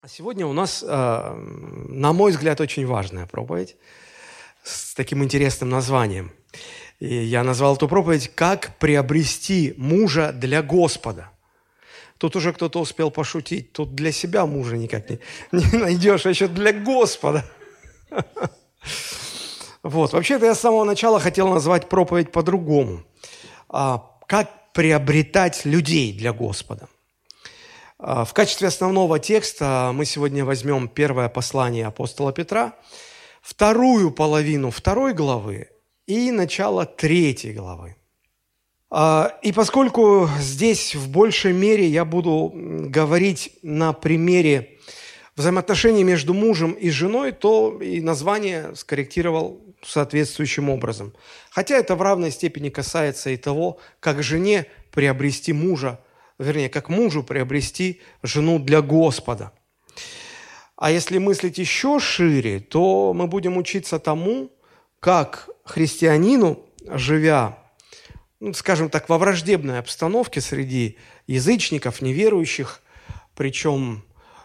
А сегодня у нас, на мой взгляд, очень важная проповедь с таким интересным названием. И я назвал эту проповедь «Как приобрести мужа для Господа». Тут уже кто-то успел пошутить, тут для себя мужа никак не найдешь, а еще для Господа. Вот. Вообще-то я с самого начала хотел назвать проповедь по-другому. «Как приобретать людей для Господа». В качестве основного текста мы сегодня возьмем первое послание апостола Петра, вторую половину 2 главы и начало 3 главы. И поскольку здесь в большей мере я буду говорить на примере взаимоотношений между мужем и женой, то и название скорректировал соответствующим образом. Хотя это в равной степени касается и того, как жене приобрести мужа, вернее, как мужу приобрести жену для Господа. А если мыслить еще шире, то мы будем учиться тому, как христианину, живя, скажем так, во враждебной обстановке среди язычников, неверующих, причем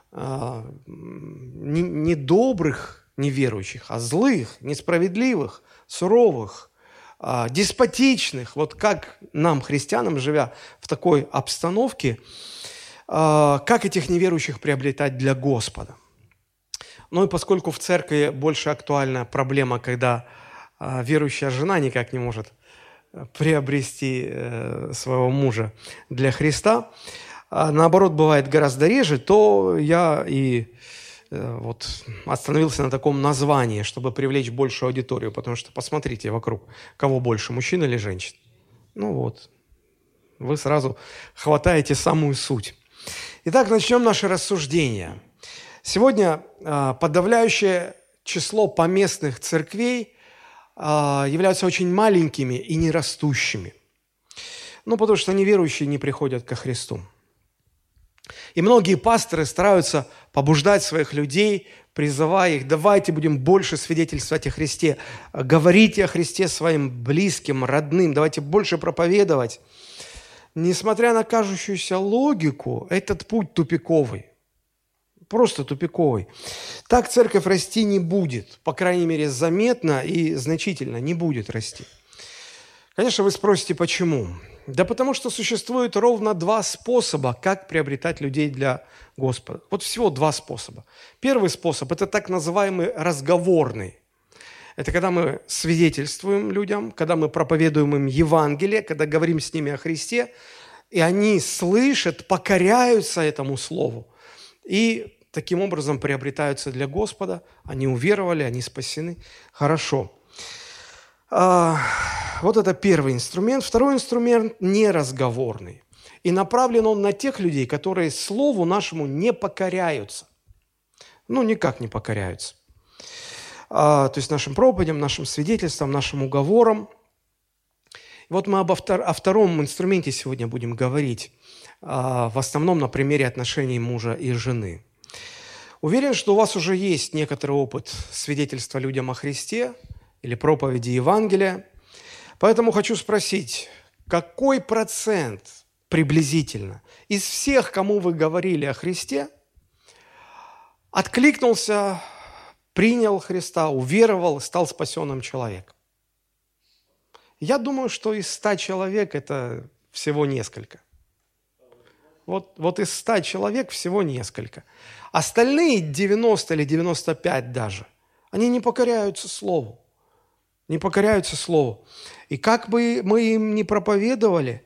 не добрых неверующих, а злых, несправедливых, суровых, деспотичных, вот как нам, христианам, живя в такой обстановке, как этих неверующих приобретать для Господа. Ну и поскольку в церкви больше актуальна проблема, когда верующая жена никак не может приобрести своего мужа для Христа, наоборот, бывает гораздо реже, то я и остановился на таком названии, чтобы привлечь большую аудиторию, потому что посмотрите вокруг, кого больше, мужчин или женщин. Вы сразу хватаете самую суть. Итак, начнем наше рассуждение. Сегодня подавляющее число поместных церквей являются очень маленькими и не растущими. Потому что неверующие не приходят ко Христу. И многие пасторы стараются побуждать своих людей, призывая их: давайте будем больше свидетельствовать о Христе, говорите о Христе своим близким, родным, давайте больше проповедовать. Несмотря на кажущуюся логику, этот путь тупиковый, просто тупиковый. Так церковь расти не будет, по крайней мере, заметно и значительно не будет расти. Конечно, вы спросите, почему? Да потому что существует ровно 2 способа, как приобретать людей для Господа. Вот всего 2 способа. Первый способ – это так называемый разговорный. Это когда мы свидетельствуем людям, когда мы проповедуем им Евангелие, когда говорим с ними о Христе, и они слышат, покоряются этому слову, и таким образом приобретаются для Господа. Они уверовали, они спасены. Хорошо. Вот это первый инструмент. Второй инструмент – неразговорный. И направлен он на тех людей, которые слову нашему не покоряются. Никак не покоряются. То есть нашим проповедям, нашим свидетельствам, нашим уговорам. Вот мы о втором инструменте сегодня будем говорить, в основном на примере отношений мужа и жены. Уверен, что у вас уже есть некоторый опыт свидетельства людям о Христе или проповеди Евангелия. Поэтому хочу спросить, какой процент приблизительно из всех, кому вы говорили о Христе, откликнулся, принял Христа, уверовал, стал спасенным человеком? Я думаю, что из 100 человек это всего несколько. Вот из 100 человек всего несколько. Остальные 90 или 95 даже, они не покоряются Слову. Не покоряются Слову. И как бы мы им ни проповедовали,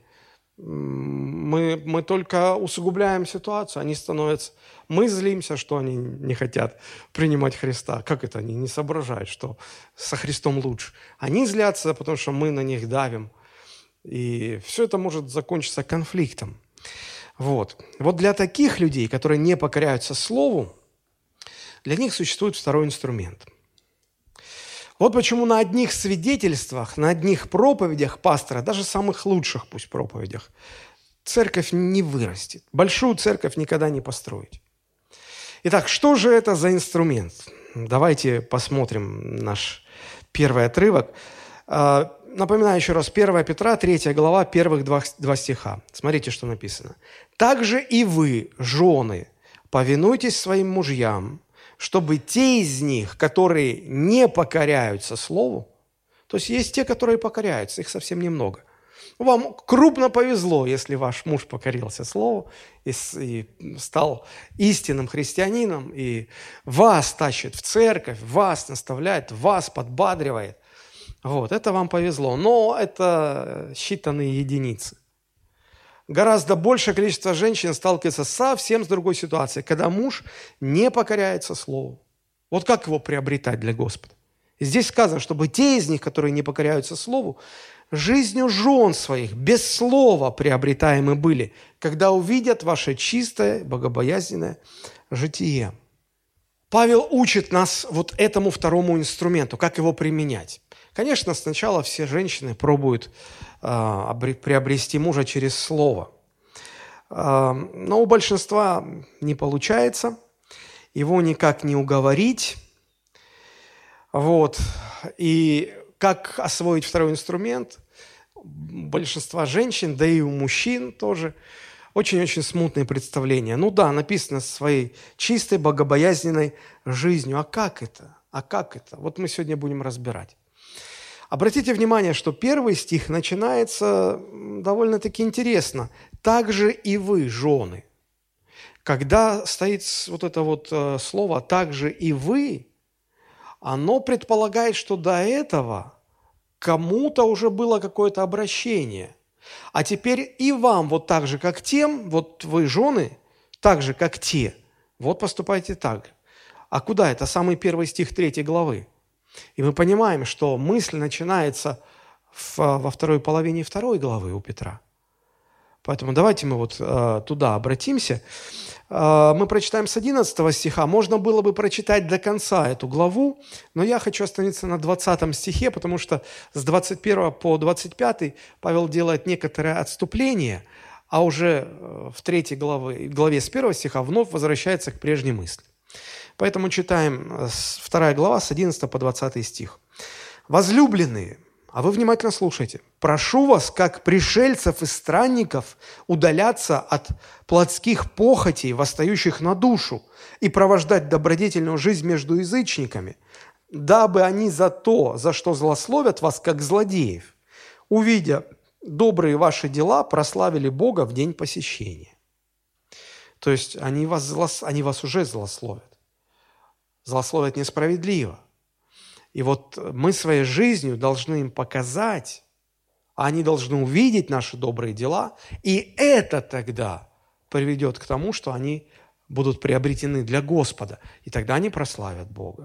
мы только усугубляем ситуацию. Они становятся... Мы злимся, что они не хотят принимать Христа. Как это они не соображают, что со Христом лучше? Они злятся, потому что мы на них давим. И все это может закончиться конфликтом. Вот для таких людей, которые не покоряются Слову, для них существует второй инструмент. Вот почему на одних свидетельствах, на одних проповедях пастора, даже самых лучших пусть проповедях, церковь не вырастет. Большую церковь никогда не построить. Итак, что же это за инструмент? Давайте посмотрим наш первый отрывок. Напоминаю еще раз, 1 Петра, 3 глава, первых 2 стиха. Смотрите, что написано. «Также и вы, жены, повинуйтесь своим мужьям, чтобы те из них, которые не покоряются слову, то есть те, которые покоряются, их совсем немного. Вам крупно повезло, если ваш муж покорился слову и стал истинным христианином, и вас тащит в церковь, вас наставляет, вас подбадривает. Вот, это вам повезло, но это считанные единицы. Гораздо большее количество женщин сталкивается совсем с другой ситуацией, когда муж не покоряется слову. Вот как его приобретать для Господа? И здесь сказано, чтобы те из них, которые не покоряются слову, жизнью жен своих без слова приобретаемы были, когда увидят ваше чистое, богобоязненное житие. Павел учит нас вот этому второму инструменту, как его применять. Конечно, сначала все женщины пробуют приобрести мужа через слово. Но у большинства не получается, его никак не уговорить. Вот. И как освоить второй инструмент? У большинства женщин, да и у мужчин тоже, очень-очень смутные представления. Ну да, написано своей чистой, богобоязненной жизнью. А как это? А как это? Вот мы сегодня будем разбирать. Обратите внимание, что первый стих начинается довольно-таки интересно. «Также и вы, жены». Когда стоит вот это вот слово «также и вы», оно предполагает, что до этого кому-то уже было какое-то обращение. А теперь и вам вот так же, как тем, вот вы, жены, так же, как те, вот поступайте так. А куда это? Самый первый стих 3 главы. И мы понимаем, что мысль начинается во второй половине 2 главы у Петра. Поэтому давайте мы вот туда обратимся. Мы прочитаем с 11 стиха. Можно было бы прочитать до конца эту главу, но я хочу остановиться на 20 стихе, потому что с 21 по 25 Павел делает некоторое отступление, а уже в 3 главе с 1 стиха вновь возвращается к прежней мысли. Поэтому читаем 2 глава с 11 по 20 стих. «Возлюбленные, а вы внимательно слушайте. Прошу вас, как пришельцев и странников, удаляться от плотских похотей, восстающих на душу, и провождать добродетельную жизнь между язычниками, дабы они за то, за что злословят вас, как злодеев, увидя добрые ваши дела, прославили Бога в день посещения». То есть они вас уже злословят. Злословят несправедливо. И вот мы своей жизнью должны им показать, а они должны увидеть наши добрые дела, и это тогда приведет к тому, что они будут приобретены для Господа, и тогда они прославят Бога.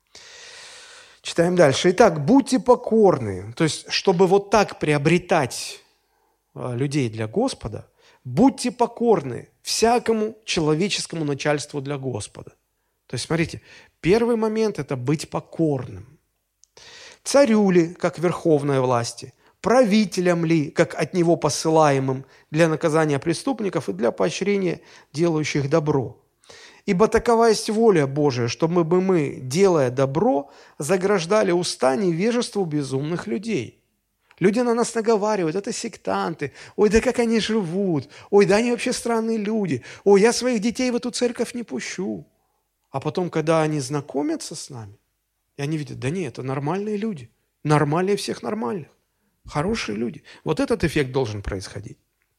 Читаем дальше. «Итак, будьте покорны». То есть, чтобы вот так приобретать людей для Господа, будьте покорны всякому человеческому начальству для Господа. То есть, смотрите, первый момент – это быть покорным. Царю ли, как верховной власти, правителям ли, как от него посылаемым для наказания преступников и для поощрения делающих добро. Ибо такова есть воля Божия, чтобы мы, делая добро, заграждали уста невежеству безумных людей. Люди на нас наговаривают, это сектанты, ой, да как они живут, ой, да они вообще странные люди, ой, я своих детей в эту церковь не пущу. А потом, когда они знакомятся с нами, и они видят, да нет, это нормальные люди, нормальнее всех нормальных, хорошие люди. Вот этот эффект должен происходить.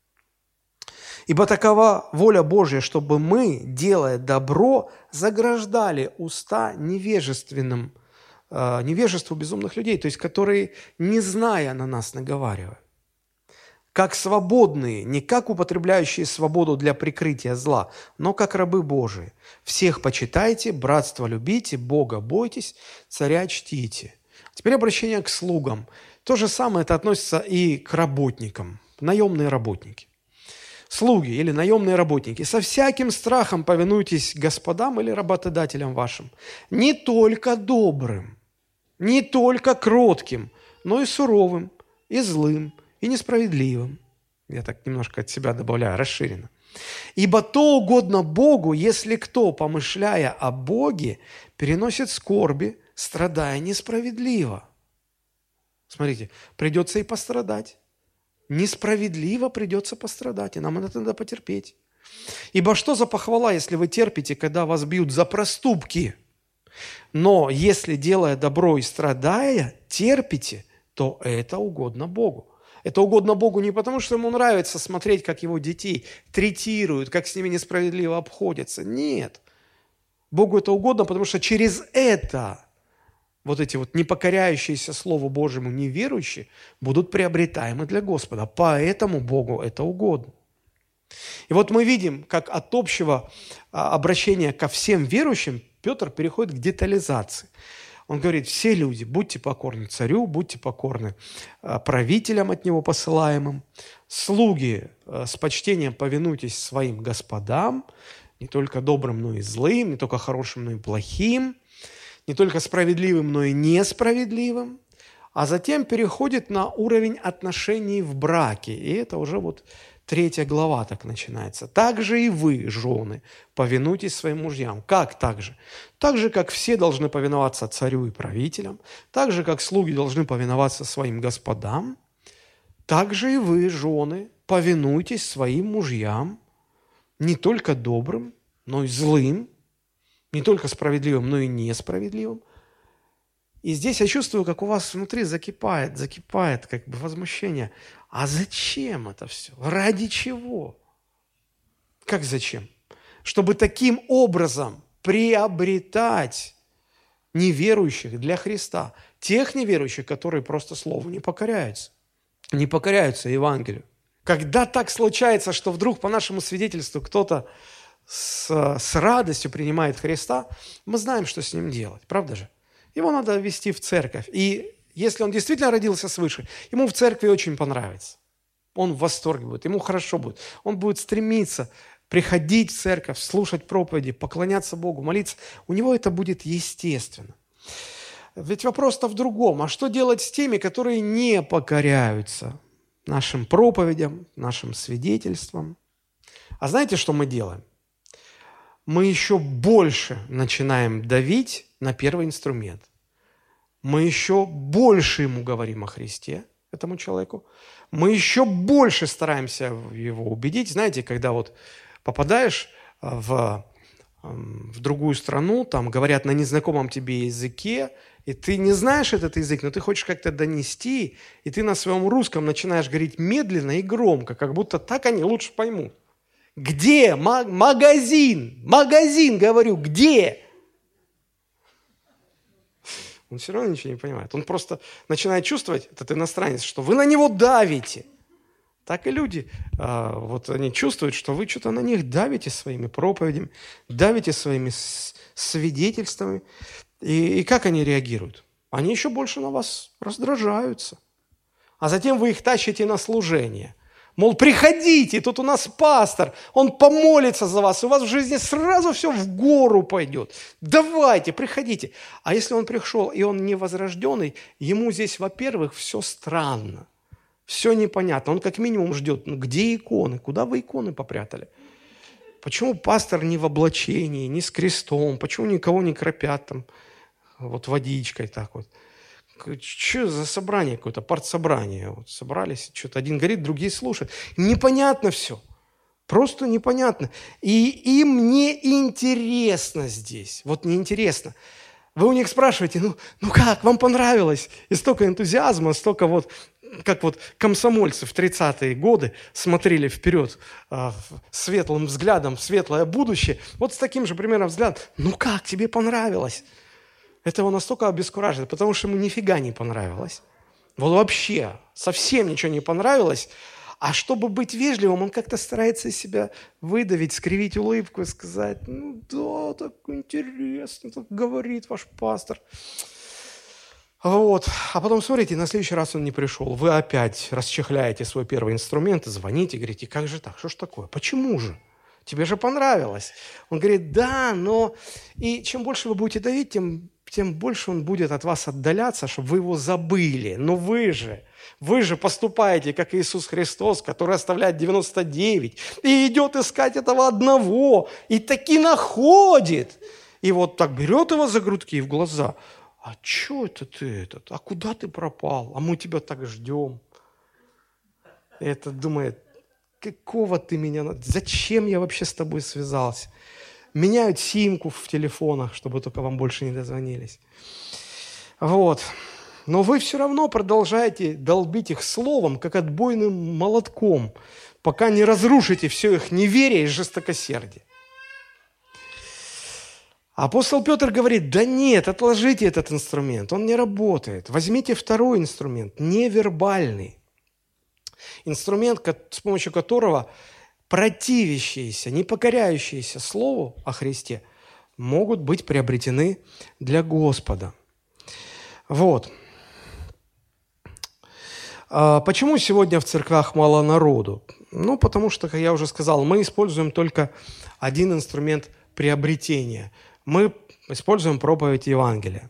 Ибо такова воля Божья, чтобы мы, делая добро, заграждали уста невежеству безумных людей, то есть которые, не зная, на нас наговаривают. Как свободные, не как употребляющие свободу для прикрытия зла, но как рабы Божии. Всех почитайте, братство любите, Бога бойтесь, царя чтите. Теперь обращение к слугам. То же самое это относится и к работникам, наемные работники. Слуги или наемные работники, со всяким страхом повинуйтесь господам или работодателям вашим, не только добрым, не только кротким, но и суровым, и злым, и несправедливым. Я так немножко от себя добавляю, расширенно. Ибо то угодно Богу, если кто, помышляя о Боге, переносит скорби, страдая несправедливо. Смотрите, придется и пострадать. Несправедливо придется пострадать, и нам это надо потерпеть. Ибо что за похвала, если вы терпите, когда вас бьют за проступки? Но если, делая добро и страдая, терпите, то это угодно Богу. Это угодно Богу не потому, что ему нравится смотреть, как его детей третируют, как с ними несправедливо обходятся. Нет. Богу это угодно, потому что через это вот эти вот непокоряющиеся Слову Божьему неверующие будут приобретаемы для Господа. Поэтому Богу это угодно. И вот мы видим, как от общего обращения ко всем верующим Петр переходит к детализации. Он говорит: все люди, будьте покорны царю, будьте покорны правителям от него посылаемым, слуги, с почтением повинуйтесь своим господам, не только добрым, но и злым, не только хорошим, но и плохим, не только справедливым, но и несправедливым, а затем переходит на уровень отношений в браке. И это уже вот 3 глава так начинается. «Также и вы, жены, повинуйтесь своим мужьям». Как так же? Так же, как все должны повиноваться царю и правителям, так же, как слуги должны повиноваться своим господам, так же и вы, жены, повинуйтесь своим мужьям, не только добрым, но и злым, не только справедливым, но и несправедливым. И здесь я чувствую, как у вас внутри закипает как бы возмущение. А зачем это все? Ради чего? Как зачем? Чтобы таким образом приобретать неверующих для Христа. Тех неверующих, которые просто слову не покоряются Евангелию. Когда так случается, что вдруг по нашему свидетельству кто-то с радостью принимает Христа, мы знаем, что с ним делать, правда же? Его надо ввести в церковь. И если он действительно родился свыше, ему в церкви очень понравится. Он в восторге будет, ему хорошо будет. Он будет стремиться приходить в церковь, слушать проповеди, поклоняться Богу, молиться. У него это будет естественно. Ведь вопрос-то в другом. А что делать с теми, которые не покоряются нашим проповедям, нашим свидетельствам? А знаете, что мы делаем? Мы еще больше начинаем давить на первый инструмент. Мы еще больше ему говорим о Христе, этому человеку. Мы еще больше стараемся его убедить. Знаете, когда вот попадаешь в другую страну, там говорят на незнакомом тебе языке, и ты не знаешь этот язык, но ты хочешь как-то донести, и ты на своем русском начинаешь говорить медленно и громко, как будто так они лучше поймут. Где магазин? Магазин, говорю, где? Он все равно ничего не понимает. Он просто начинает чувствовать, этот иностранец, что вы на него давите. Так и люди, вот они чувствуют, что вы что-то на них давите своими проповедями, давите своими свидетельствами. И как они реагируют? Они еще больше на вас раздражаются. А затем вы их тащите на служение. Мол, приходите, тут у нас пастор, он помолится за вас, и у вас в жизни сразу все в гору пойдет. Давайте, приходите. А если он пришел, и он невозрожденный, ему здесь, во-первых, все странно, все непонятно. Он как минимум ждет, где иконы, куда вы иконы попрятали? Почему пастор не в облачении, не с крестом, почему никого не кропят там вот водичкой так вот? Что за собрание какое-то, партсобрание? Вот собрались, что-то один говорит, другие слушают. Непонятно все. Просто непонятно. И им не интересно здесь. Вот неинтересно. Вы у них спрашиваете, ну как, вам понравилось? И столько энтузиазма, столько вот, как вот комсомольцы в 30-е годы смотрели вперед светлым взглядом в светлое будущее. Вот с таким же примерно взглядом. Ну как, тебе понравилось? Это его настолько обескуражит, потому что ему нифига не понравилось. Вот вообще, совсем ничего не понравилось. А чтобы быть вежливым, он как-то старается из себя выдавить, скривить улыбку и сказать, ну да, так интересно, так говорит ваш пастор. Вот. А потом, смотрите, на следующий раз он не пришел. Вы опять расчехляете свой первый инструмент и звоните, говорите, как же так, что ж такое, почему же? Тебе же понравилось. Он говорит, да, но... И чем больше вы будете давить, тем больше он будет от вас отдаляться, чтобы вы его забыли. Но вы же поступаете, как Иисус Христос, который оставляет 99 и идет искать этого одного, и таки находит. И вот так берет его за грудки и в глаза. А что это ты А куда ты пропал? А мы тебя так ждем. И этот думает, какого ты меня... Зачем я вообще с тобой связался? Меняют симку в телефонах, чтобы только вам больше не дозвонились. Вот. Но вы все равно продолжаете долбить их словом, как отбойным молотком, пока не разрушите все их неверие и жестокосердие. Апостол Петр говорит: да нет, отложите этот инструмент, он не работает. Возьмите второй инструмент, невербальный. Инструмент, с помощью которого противящиеся, не покоряющиеся Слову о Христе могут быть приобретены для Господа. Вот. Почему сегодня в церквях мало народу? Ну, потому что, как я уже сказал, мы используем только один инструмент приобретения. Мы используем проповедь Евангелия.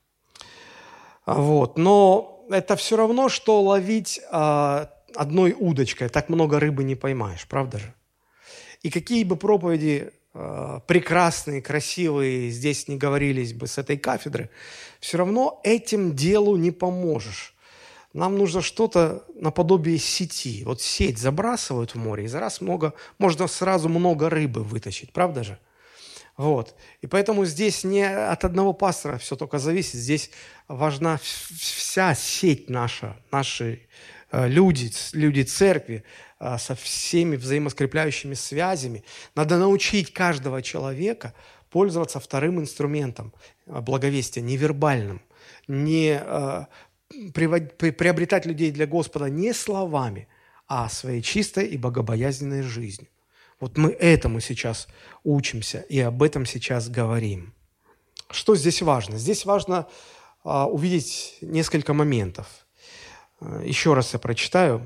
Вот. Но это все равно, что ловить одной удочкой. Так много рыбы не поймаешь, правда же? И какие бы проповеди прекрасные, красивые здесь не говорились бы с этой кафедры, все равно этим делу не поможешь. Нам нужно что-то наподобие сети. Вот сеть забрасывают в море, и за раз можно сразу много рыбы вытащить, правда же? Вот. И поэтому здесь не от одного пастора все только зависит. Здесь важна вся сеть наша, наши люди церкви со всеми взаимоскрепляющими связями. Надо научить каждого человека пользоваться вторым инструментом благовестия, невербальным, приобретать людей для Господа не словами, а своей чистой и богобоязненной жизнью. Вот мы этому сейчас учимся и об этом сейчас говорим. Что здесь важно? Здесь важно увидеть несколько моментов. Еще раз я прочитаю.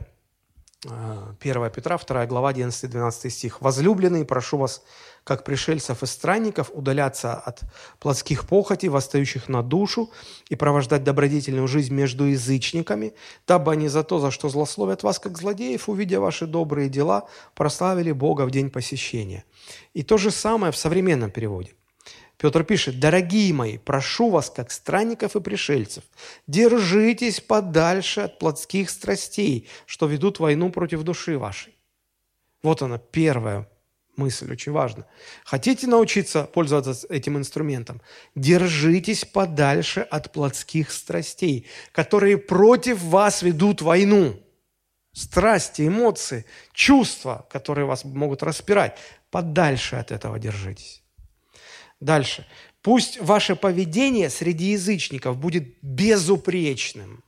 1 Петра, 2 глава, 11-12 стих. «Возлюбленные, прошу вас, как пришельцев и странников, удаляться от плотских похотей, восстающих на душу, и провождать добродетельную жизнь между язычниками, дабы они за то, за что злословят вас, как злодеев, увидя ваши добрые дела, прославили Бога в день посещения». И то же самое в современном переводе. Петр пишет: «Дорогие мои, прошу вас, как странников и пришельцев, держитесь подальше от плотских страстей, что ведут войну против души вашей». Вот она, первая мысль, очень важна. Хотите научиться пользоваться этим инструментом? Держитесь подальше от плотских страстей, которые против вас ведут войну. Страсти, эмоции, чувства, которые вас могут распирать. Подальше от этого держитесь. Дальше. Пусть ваше поведение среди язычников будет безупречным.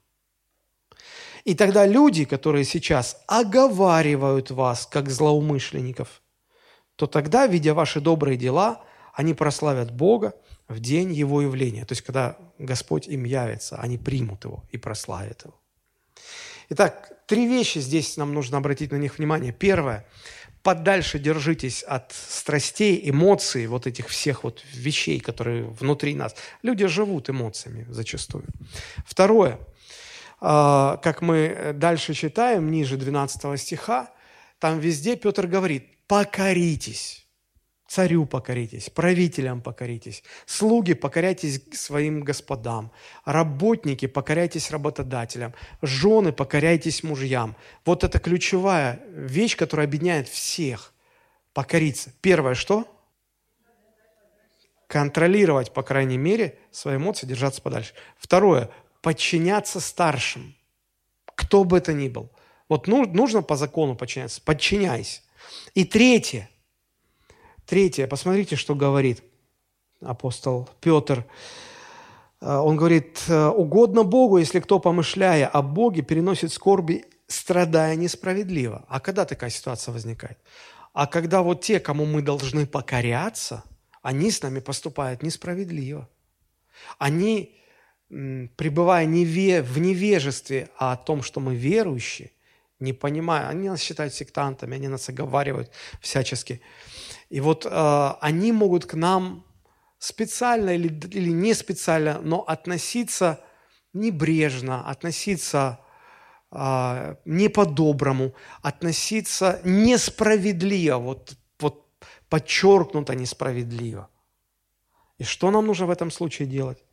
И тогда люди, которые сейчас оговаривают вас, как злоумышленников, то тогда, видя ваши добрые дела, они прославят Бога в день Его явления. То есть, когда Господь им явится, они примут Его и прославят Его. Итак, 3 вещи здесь нам нужно обратить на них внимание. Первое. Подальше держитесь от страстей, эмоций, вот этих всех вот вещей, которые внутри нас. Люди живут эмоциями зачастую. Второе. Как мы дальше читаем, ниже 12 стиха, там везде Петр говорит: покоритесь. Царю покоритесь, правителям покоритесь, слуги покоряйтесь своим господам, работники покоряйтесь работодателям, жены покоряйтесь мужьям. Вот это ключевая вещь, которая объединяет всех. Покориться. Первое что? Контролировать, по крайней мере, свои эмоции, держаться подальше. Второе. Подчиняться старшим. Кто бы это ни был. Вот нужно по закону подчиняться. Подчиняйся. И третье, посмотрите, что говорит апостол Петр. Он говорит: «Угодно Богу, если кто, помышляя о Боге, переносит скорби, страдая несправедливо». А когда такая ситуация возникает? А когда вот те, кому мы должны покоряться, они с нами поступают несправедливо. Они, пребывая в невежестве о том, что мы верующие, не понимая, они нас считают сектантами, они нас оговаривают всячески. И вот они могут к нам специально или не специально, но относиться небрежно, относиться не по-доброму, относиться несправедливо, вот подчеркнуто несправедливо. И что нам нужно в этом случае делать?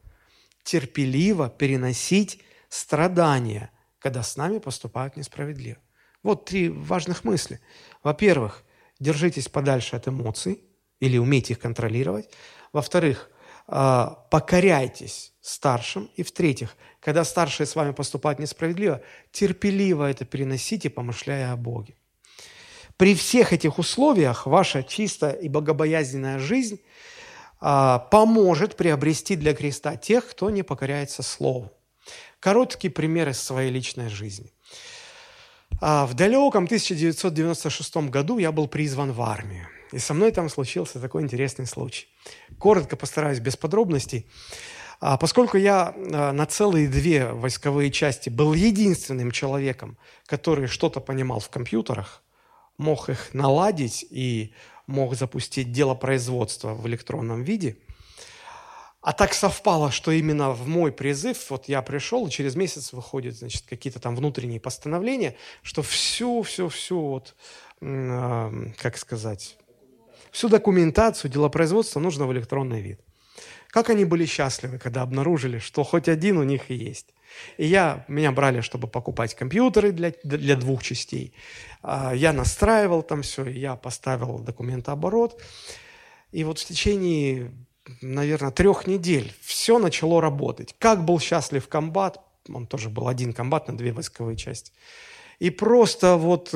Терпеливо переносить страдания, когда с нами поступают несправедливо. Вот 3 важных мысли. Во-первых, держитесь подальше от эмоций или умейте их контролировать. Во-вторых, покоряйтесь старшим. И в-третьих, когда старшие с вами поступают несправедливо, терпеливо это переносите, помышляя о Боге. При всех этих условиях ваша чистая и богобоязненная жизнь поможет приобрести для Христа тех, кто не покоряется Слову. Короткий пример из своей личной жизни. В далеком 1996 году я был призван в армию. И со мной там случился такой интересный случай. Коротко постараюсь, без подробностей. Поскольку я на целые 2 войсковые части был единственным человеком, который что-то понимал в компьютерах, мог их наладить и мог запустить дело производства в электронном виде, а так совпало, что именно в мой призыв, вот я пришел, и через месяц выходят, значит, какие-то там внутренние постановления, что всю вот, как сказать, всю документацию делопроизводства нужно в электронный вид. Как они были счастливы, когда обнаружили, что хоть один у них и есть. И меня брали, чтобы покупать компьютеры для 2 частей. Я настраивал там все, я поставил документооборот. И вот в течение, наверное, 3 недель все начало работать. Как был счастлив комбат, он тоже был один комбат на 2 войсковые части. И просто вот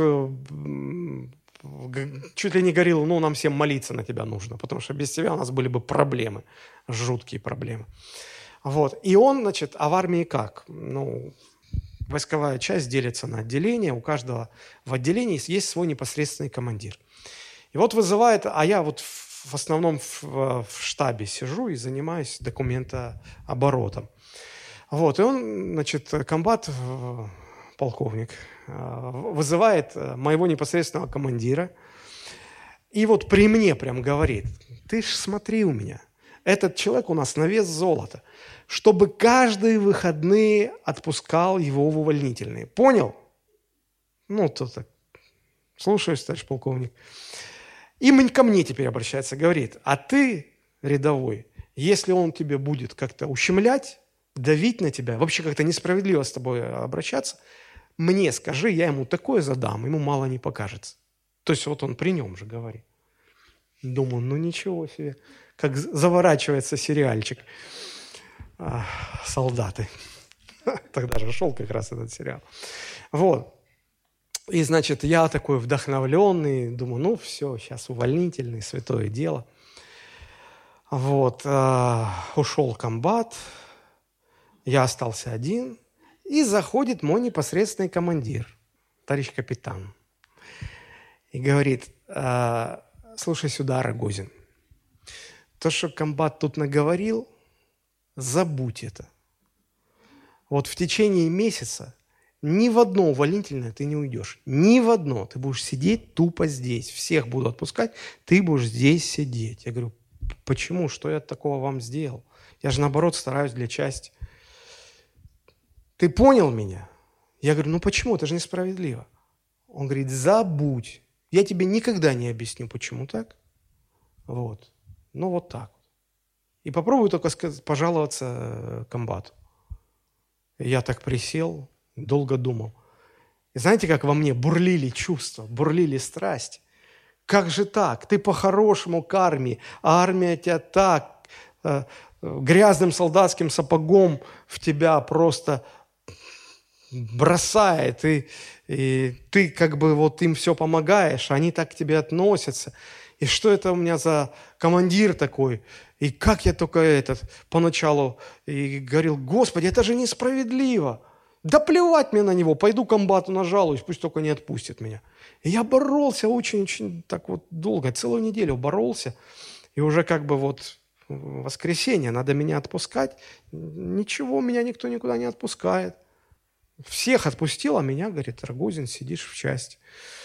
чуть ли не говорил, нам всем молиться на тебя нужно, потому что без тебя у нас были бы проблемы, жуткие проблемы. Вот. И он, значит, а в армии как? Войсковая часть делится на отделения, у каждого в отделении есть свой непосредственный командир. И вот вызывает, а я вот в основном в штабе сижу и занимаюсь документооборотом. Вот, и он, значит, комбат, полковник, вызывает моего непосредственного командира и вот при мне прям говорит: ты ж смотри у меня, этот человек у нас на вес золота, чтобы каждые выходные отпускал его в увольнительные. Понял? То так. Слушаюсь, товарищ полковник. И ко мне теперь обращается, говорит: а ты, рядовой, если он тебе будет как-то ущемлять, давить на тебя, вообще как-то несправедливо с тобой обращаться, мне скажи, я ему такое задам, ему мало не покажется. То есть вот он при нем же говорит. Думаю, ничего себе, как заворачивается сериальчик «Солдаты». Тогда же шел как раз этот сериал. Вот. И, значит, я такой вдохновленный, думаю, все, сейчас увольнительный, святое дело. Вот. Ушел комбат, я остался один, и заходит мой непосредственный командир, товарищ капитан, и говорит: слушай сюда, Рогозин, то, что комбат тут наговорил, забудь это. Вот в течение месяца ни в одно увольнительное ты не уйдешь. Ни в одно. Ты будешь сидеть тупо здесь. Всех буду отпускать, ты будешь здесь сидеть. Я говорю: почему? Что я такого вам сделал? Я же, наоборот, стараюсь для части. Ты понял меня? Я говорю: почему? Это же несправедливо. Он говорит: забудь. Я тебе никогда не объясню, почему так. Вот. Вот так. И попробую только пожаловаться комбату. Я так присел, долго думал. И знаете, как во мне бурлили чувства, бурлили страсти. Как же так? Ты по-хорошему к армии, а армия тебя так грязным солдатским сапогом в тебя просто бросает, и ты как бы вот им все помогаешь, они так к тебе относятся. И что это у меня за командир такой? И как я только поначалу и говорил: Господи, это же несправедливо. Да плевать мне на него, пойду комбату нажалуюсь, пусть только не отпустит меня. И я боролся очень-очень так вот долго, целую неделю боролся. И уже как бы вот воскресенье, надо меня отпускать. Ничего, меня никто никуда не отпускает. Всех отпустил, а меня, говорит: Рогозин, сидишь в части.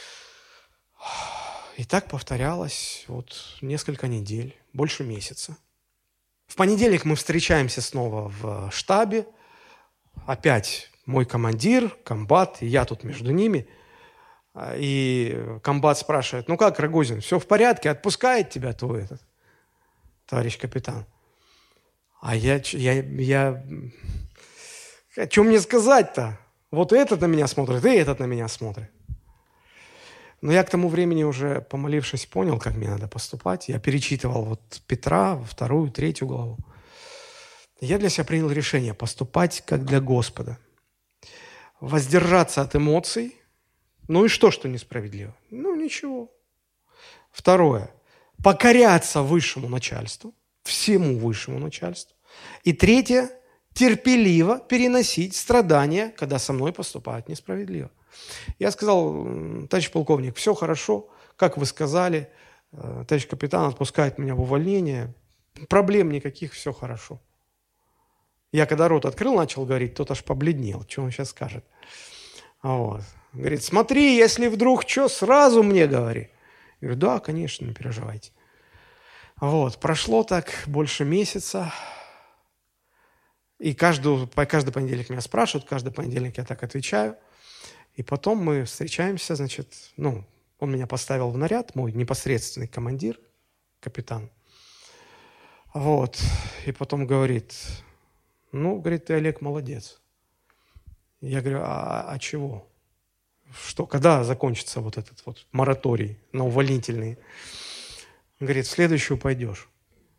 И так повторялось вот несколько недель, больше месяца. В понедельник мы встречаемся снова в штабе. Опять мой командир, комбат, и я тут между ними. И комбат спрашивает: как, Рогозин, все в порядке, отпускает тебя твой товарищ капитан? А я что мне сказать-то? Вот этот на меня смотрит, и этот на меня смотрит. Но я к тому времени уже, помолившись, понял, как мне надо поступать. Я перечитывал вот Петра, 2, 3 главу. Я для себя принял решение поступать как для Господа. Воздержаться от эмоций. Ну и что несправедливо? Ну ничего. 2. Покоряться высшему начальству, всему высшему начальству. И 3. Терпеливо переносить страдания, когда со мной поступают несправедливо. Я сказал: товарищ полковник, все хорошо, как вы сказали, товарищ капитан отпускает меня в увольнение, проблем никаких, все хорошо. Я когда рот открыл, начал говорить, тот аж побледнел, что он сейчас скажет. Вот. Говорит: смотри, если вдруг что, сразу мне говори. Я говорю: да, конечно, не переживайте. Вот. Прошло так больше месяца. И каждый понедельник меня спрашивают, каждый понедельник я так отвечаю. И потом мы встречаемся, значит, он меня поставил в наряд, мой непосредственный командир, капитан. Вот. И потом говорит: говорит, ты, Олег, молодец. Я говорю: а чего? Что, когда закончится вот этот вот мораторий на увольнительный? Он говорит: в следующую пойдешь.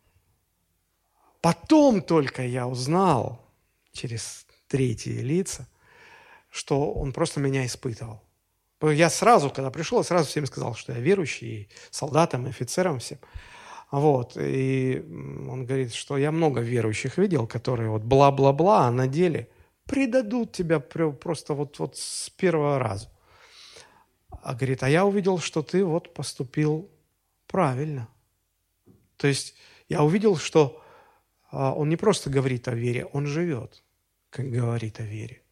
Потом только я узнал, через третьи лица, что он просто меня испытывал. Я сразу, когда пришел, я сразу всем сказал, что я верующий, и солдатам, и офицерам всем. Вот. И он говорит, что я много верующих видел, которые вот бла-бла-бла, а на деле предадут тебя просто вот с первого раза. А говорит: а я увидел, что ты вот поступил правильно. То есть я увидел, что он не просто говорит о вере, он живет, как говорит о вере.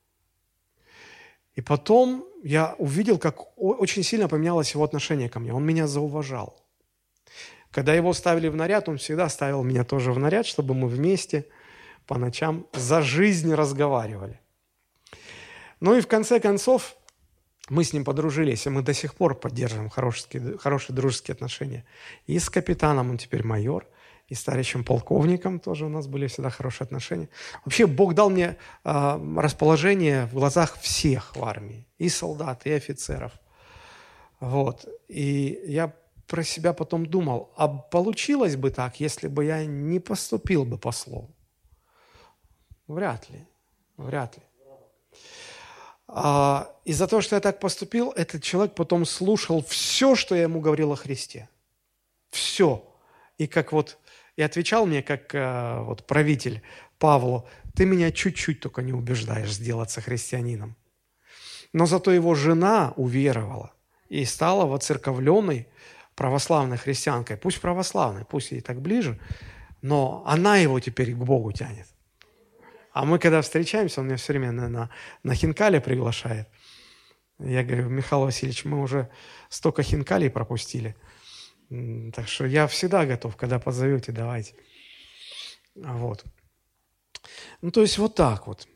И потом я увидел, как очень сильно поменялось его отношение ко мне. Он меня зауважал. Когда его ставили в наряд, он всегда ставил меня тоже в наряд, чтобы мы вместе по ночам за жизнь разговаривали. Ну и в конце концов мы с ним подружились, и мы до сих пор поддерживаем хорошие дружеские отношения. И с капитаном, он теперь майор, и с товарищем полковником тоже у нас были всегда хорошие отношения. Вообще Бог дал мне расположение в глазах всех в армии, и солдат, и офицеров. Вот. И я про себя потом думал, а получилось бы так, если бы я не поступил бы послом? Вряд ли. Из-за того, что я так поступил, этот человек потом слушал все, что я ему говорил о Христе. Все. И отвечал мне, как правитель Павлу: ты меня чуть-чуть только не убеждаешь сделаться христианином. Но зато его жена уверовала и стала воцерковленной православной христианкой. Пусть православной, пусть ей так ближе, но она его теперь к Богу тянет. А мы, когда встречаемся, он меня все время на хинкали приглашает. Я говорю: Михаил Васильевич, мы уже столько хинкалей пропустили. Так что я всегда готов, когда позовете, давайте. Вот. То есть вот так вот.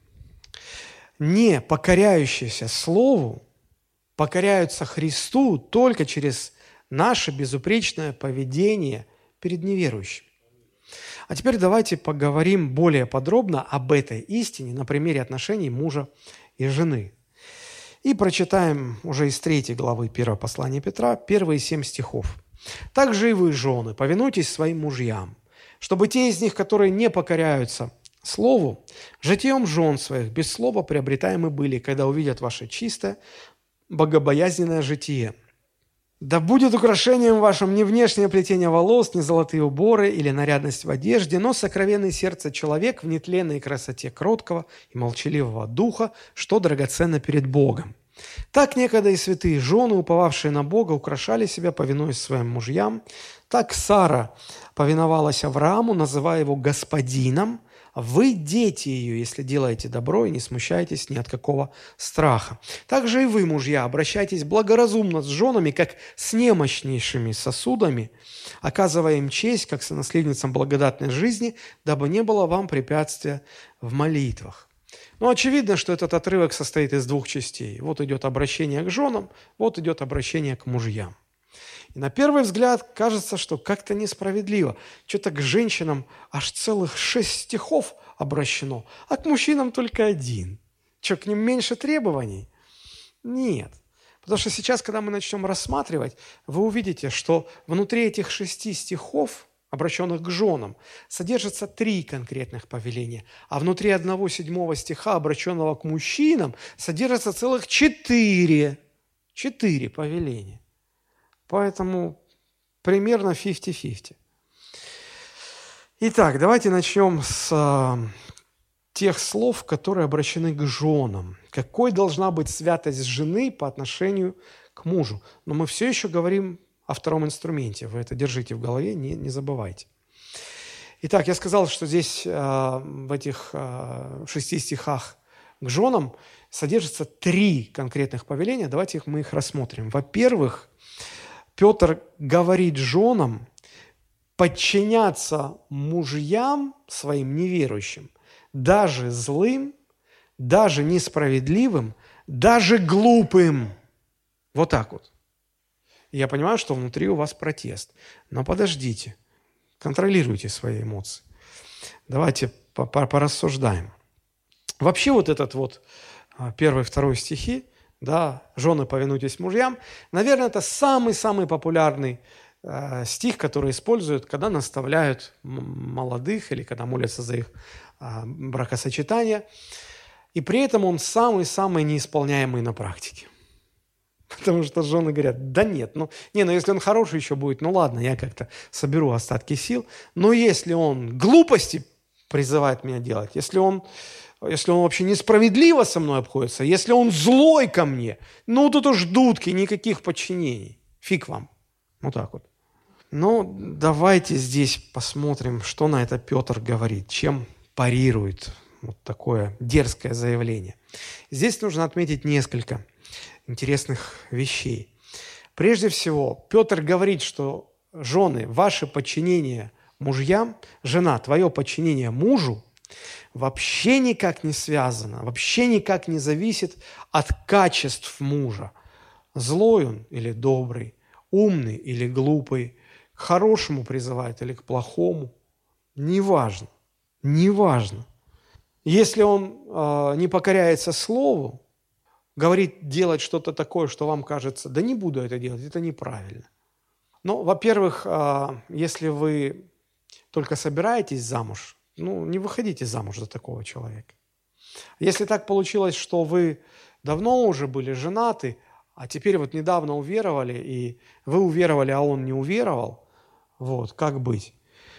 Не покоряющиеся Слову покоряются Христу только через наше безупречное поведение перед неверующими. А теперь давайте поговорим более подробно об этой истине на примере отношений мужа и жены. И прочитаем уже из 3 главы 1 послания Петра, первые 7 стихов. «Также и вы, жены, повинуйтесь своим мужьям, чтобы те из них, которые не покоряются слову, житием жен своих без слова приобретаемы были, когда увидят ваше чистое, богобоязненное житие. Да будет украшением вашим не внешнее плетение волос, не золотые уборы или нарядность в одежде, но сокровенное сердце человек в нетленной красоте кроткого и молчаливого духа, что драгоценно перед Богом. Так некогда и святые жены, уповавшие на Бога, украшали себя, повинуясь своим мужьям. Так Сара повиновалась Аврааму, называя его господином. Вы дети ее, если делаете добро и не смущаетесь ни от какого страха. Также и вы, мужья, обращайтесь благоразумно с женами, как с немощнейшими сосудами, оказывая им честь, как сонаследницам благодатной жизни, дабы не было вам препятствия в молитвах». Очевидно, что этот отрывок состоит из 2 частей. Вот идет обращение к женам, вот идет обращение к мужьям. И на первый взгляд кажется, что как-то несправедливо. Что-то к женщинам аж целых 6 стихов обращено, а к мужчинам только 1. Что, к ним меньше требований? Нет. Потому что сейчас, когда мы начнем рассматривать, вы увидите, что внутри этих 6 стихов, обращенных к женам, содержится 3 конкретных повеления, а внутри 1 стиха, обращенного к мужчинам, содержится целых 4 повеления. Поэтому примерно 50-50. Итак, давайте начнем с тех слов, которые обращены к женам. Какой должна быть святость жены по отношению к мужу? Но мы все еще говорим о втором инструменте. Вы это держите в голове, не забывайте. Итак, я сказал, что здесь в этих 6 стихах к женам содержится 3 конкретных повеления. Давайте мы их рассмотрим. Во-первых, Петр говорит женам подчиняться мужьям своим неверующим, даже злым, даже несправедливым, даже глупым. Вот так вот. Я понимаю, что внутри у вас протест. Но подождите, контролируйте свои эмоции. Давайте порассуждаем. Вообще вот этот вот 1-2 стихи, да, «Жены, повинуйтесь мужьям», наверное, это самый-самый популярный стих, который используют, когда наставляют молодых или когда молятся за их бракосочетание. И при этом он самый-самый неисполняемый на практике. Потому что жены говорят, да нет, ну если он хороший еще будет, ну ладно, я как-то соберу остатки сил. Но если он глупости призывает меня делать, если он вообще несправедливо со мной обходится, если он злой ко мне, ну тут уж дудки, никаких подчинений. Фиг вам. Вот так вот. Ну, давайте здесь посмотрим, что на это Петр говорит, чем парирует вот такое дерзкое заявление. Здесь нужно отметить несколько интересных вещей. Прежде всего, Петр говорит, что жены, ваше подчинение мужьям, жена, твое подчинение мужу вообще никак не связано, вообще никак не зависит от качеств мужа. Злой он или добрый, умный или глупый, к хорошему призывает или к плохому. Неважно. Если он не покоряется слову, говорит делать что-то такое, что вам кажется, да не буду это делать, это неправильно. Ну, во-первых, если вы только собираетесь замуж, не выходите замуж за такого человека. Если так получилось, что вы давно уже были женаты, а теперь вот недавно уверовали, и вы уверовали, а он не уверовал, вот, как быть?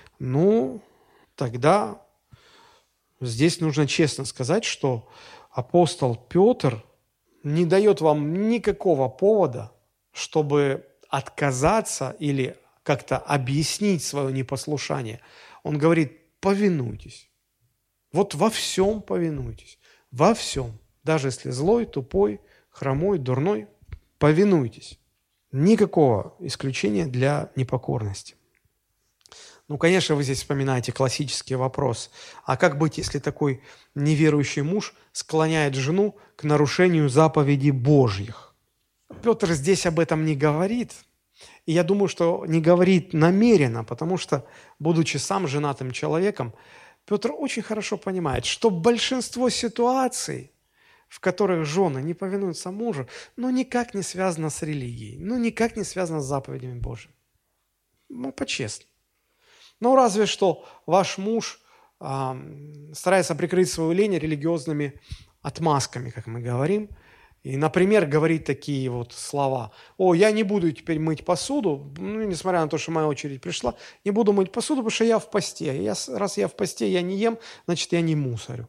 Тогда здесь нужно честно сказать, что апостол Петр не дает вам никакого повода, чтобы отказаться или как-то объяснить свое непослушание. Он говорит, повинуйтесь. Вот во всем повинуйтесь. Во всем. Даже если злой, тупой, хромой, дурной, повинуйтесь. Никакого исключения для непокорности. Конечно, вы здесь вспоминаете классический вопрос. А как быть, если такой неверующий муж склоняет жену к нарушению заповедей Божьих? Петр здесь об этом не говорит. И я думаю, что не говорит намеренно, потому что, будучи сам женатым человеком, Петр очень хорошо понимает, что большинство ситуаций, в которых жены не повинуются мужу, никак не связано с религией, никак не связано с заповедями Божьими. По-честному. Разве что ваш муж старается прикрыть свою лень религиозными отмазками, как мы говорим, и, например, говорит такие вот слова. Я не буду теперь мыть посуду, несмотря на то, что моя очередь пришла, не буду мыть посуду, потому что я в посте. Раз я в посте, я не ем, значит, я не мусорю.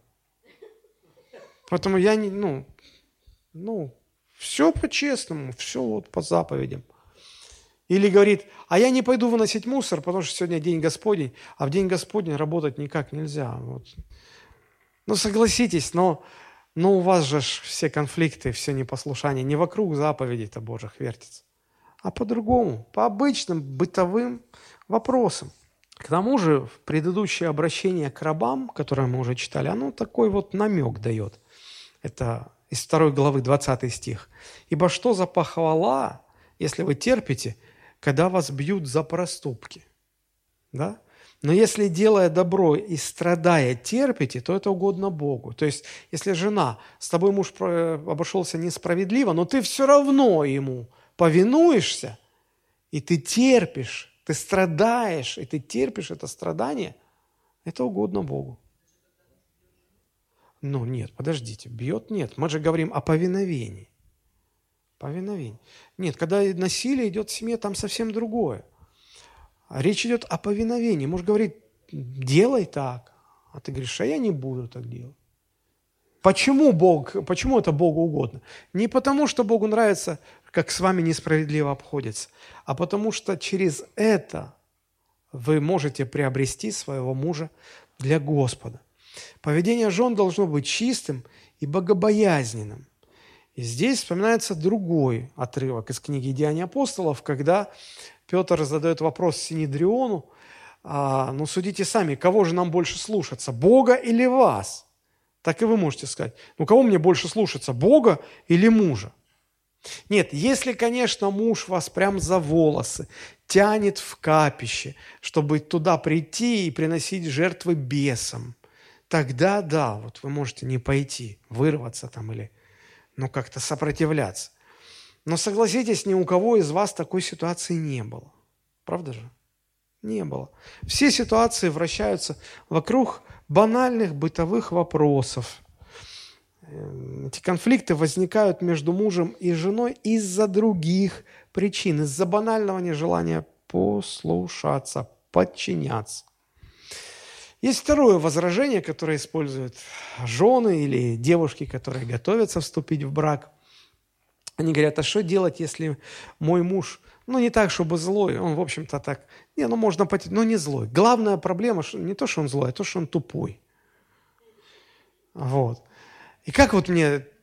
Поэтому я не, все по-честному, все вот по заповедям. Или говорит, а я не пойду выносить мусор, потому что сегодня день Господень, а в день Господень работать никак нельзя. Вот. Согласитесь, но у вас же все конфликты, все непослушание не вокруг заповедей-то Божьих вертится, а по-другому, по обычным бытовым вопросам. К тому же, предыдущее обращение к рабам, которое мы уже читали, оно такой вот намек дает. Это из 2 главы 20 стих. «Ибо что за похвала, если вы терпите, когда вас бьют за проступки?» Да? Но если, делая добро и страдая, терпите, то это угодно Богу. То есть, если жена, с тобой муж обошелся несправедливо, но ты все равно ему повинуешься, и ты терпишь, ты страдаешь, и ты терпишь это страдание, это угодно Богу. Ну, нет, подождите, бьет нет. Мы же говорим о повиновении. Повиновение. Нет, когда насилие идет в семье, там совсем другое. Речь идет о повиновении. Муж говорит, делай так. А ты говоришь, а я не буду так делать. Почему это Богу угодно? Не потому, что Богу нравится, как с вами несправедливо обходится, а потому что через это вы можете приобрести своего мужа для Господа. Поведение жен должно быть чистым и богобоязненным. И здесь вспоминается другой отрывок из книги «Деяния апостолов», когда Петр задает вопрос Синедриону, ну судите сами, кого же нам больше слушаться, Бога или вас? Так и вы можете сказать, ну кого мне больше слушаться, Бога или мужа? Нет, если, конечно, муж вас прям за волосы тянет в капище, чтобы туда прийти и приносить жертвы бесам, тогда да, вот вы можете не пойти, вырваться там или как-то сопротивляться. Но согласитесь, ни у кого из вас такой ситуации не было. Правда же? Не было. Все ситуации вращаются вокруг банальных бытовых вопросов. Эти конфликты возникают между мужем и женой из-за других причин, из-за банального нежелания послушаться, подчиняться. Есть второе возражение, которое используют жены или девушки, которые готовятся вступить в брак. Они говорят, а что делать, если мой муж, не так, чтобы злой, он, в общем-то, так, можно пойти, но не злой. Главная проблема не то, что он злой, а то, что он тупой. Вот. И как он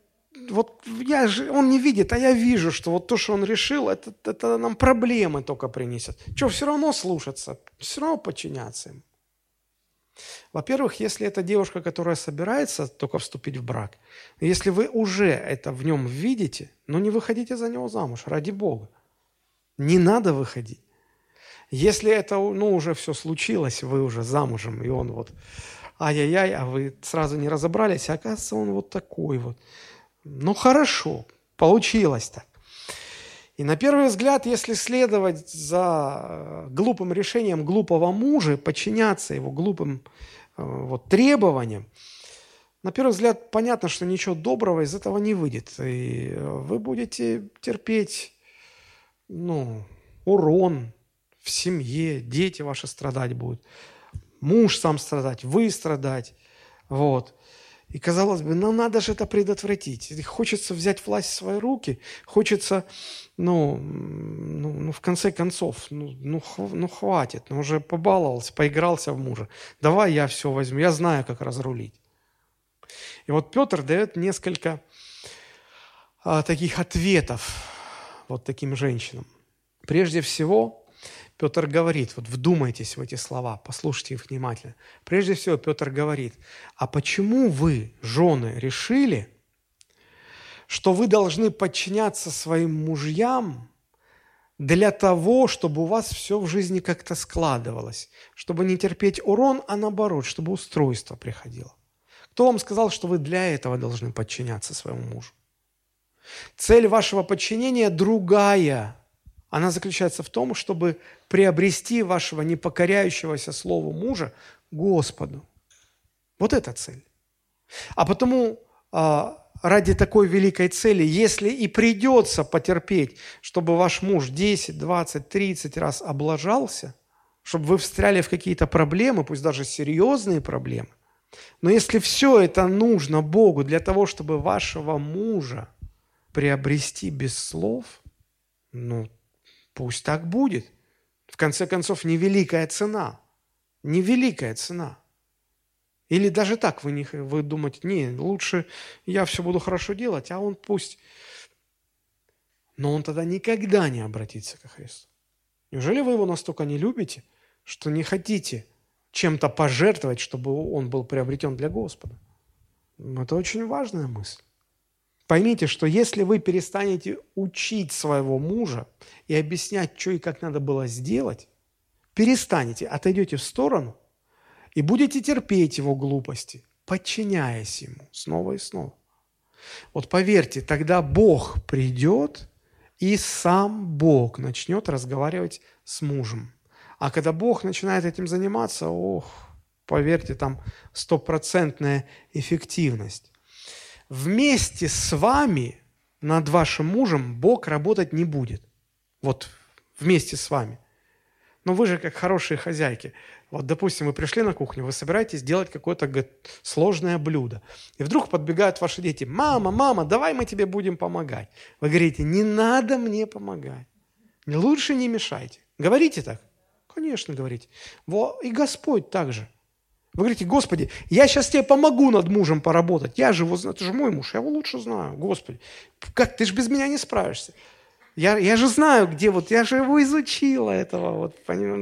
не видит, а я вижу, что вот то, что он решил, это нам проблемы только принесет. Что, все равно слушаться, все равно подчиняться им. Во-первых, если это девушка, которая собирается только вступить в брак, если вы уже это в нем видите, не выходите за него замуж, ради Бога. Не надо выходить. Если это, уже все случилось, вы уже замужем, и он ай-яй-яй, а вы сразу не разобрались, а оказывается, он вот такой вот. Хорошо, получилось так. И на первый взгляд, если следовать за глупым решением глупого мужа, подчиняться его глупым требованиям, на первый взгляд понятно, что ничего доброго из этого не выйдет. И вы будете терпеть, урон в семье, дети ваши страдать будут, муж сам страдать, вы страдать. И казалось бы, надо же это предотвратить. И хочется взять власть в свои руки, хочется, в конце концов, хватит, уже побаловался, поигрался в мужа. Давай я все возьму, я знаю, как разрулить. И Петр дает несколько таких ответов таким женщинам. Прежде всего, Петр говорит, вдумайтесь в эти слова, послушайте их внимательно. Прежде всего, Петр говорит, а почему вы, жены, решили, что вы должны подчиняться своим мужьям для того, чтобы у вас все в жизни как-то складывалось, чтобы не терпеть урон, а наоборот, чтобы устройство приходило? Кто вам сказал, что вы для этого должны подчиняться своему мужу? Цель вашего подчинения другая. Она заключается в том, чтобы приобрести вашего непокоряющегося слову мужа Господу. Вот это цель. А потому ради такой великой цели, если и придется потерпеть, чтобы ваш муж 10, 20, 30 раз облажался, чтобы вы встряли в какие-то проблемы, пусть даже серьезные проблемы, но если все это нужно Богу для того, чтобы вашего мужа приобрести без слов, пусть так будет. В конце концов, невеликая цена. Невеликая цена. Или даже так вы думаете, лучше я все буду хорошо делать, а он пусть. Но он тогда никогда не обратится ко Христу. Неужели вы его настолько не любите, что не хотите чем-то пожертвовать, чтобы он был приобретен для Господа? Это очень важная мысль. Поймите, что если вы перестанете учить своего мужа и объяснять, что и как надо было сделать, перестанете, отойдете в сторону и будете терпеть его глупости, подчиняясь ему снова и снова. Вот поверьте, тогда Бог придет, и сам Бог начнет разговаривать с мужем. А когда Бог начинает этим заниматься, поверьте, там 100% эффективность. Вместе с вами над вашим мужем Бог работать не будет. Вот вместе с вами. Но вы же как хорошие хозяйки. Вот, допустим, вы пришли на кухню, вы собираетесь делать какое-то сложное блюдо. И вдруг подбегают ваши дети. Мама, давай мы тебе будем помогать. Вы говорите, не надо мне помогать. Лучше не мешайте. Говорите так? Конечно, говорите. И Господь также. Вы говорите, Господи, я сейчас тебе помогу над мужем поработать. Я же его знаю, это же мой муж, я его лучше знаю. Господи, как ты же без меня не справишься. Я же знаю, где я же его изучила, этого.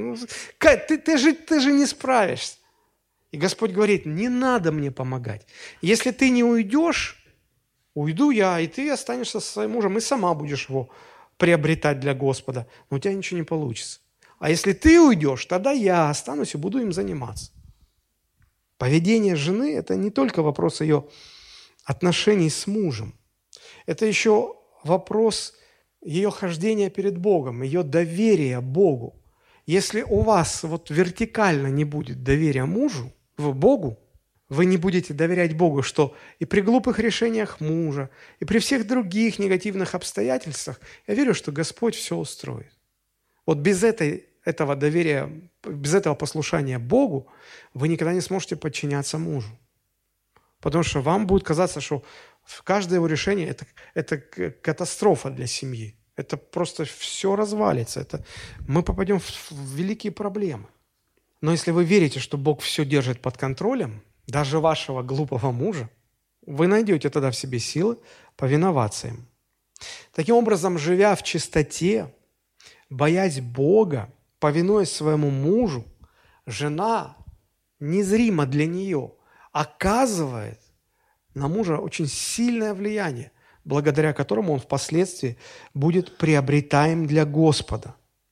Ты же не справишься. И Господь говорит, не надо мне помогать. Если ты не уйдешь, уйду я, и ты останешься со своим мужем, и сама будешь его приобретать для Господа. Но у тебя ничего не получится. А если ты уйдешь, тогда я останусь и буду им заниматься. Поведение жены – это не только вопрос ее отношений с мужем. Это еще вопрос ее хождения перед Богом, ее доверия Богу. Если у вас вертикально не будет доверия мужу, Богу, вы не будете доверять Богу, что и при глупых решениях мужа, и при всех других негативных обстоятельствах, я верю, что Господь все устроит. Вот без этого доверия, без этого послушания Богу, вы никогда не сможете подчиняться мужу. Потому что вам будет казаться, что каждое его решение – это катастрофа для семьи. Это просто все развалится. Мы попадем в великие проблемы. Но если вы верите, что Бог все держит под контролем, даже вашего глупого мужа, вы найдете тогда в себе силы повиноваться ему. Таким образом, живя в чистоте, боясь Бога, повинуясь своему мужу, жена незримо для нее оказывает на мужа очень сильное влияние, благодаря которому он впоследствии будет приобретаем для Господа.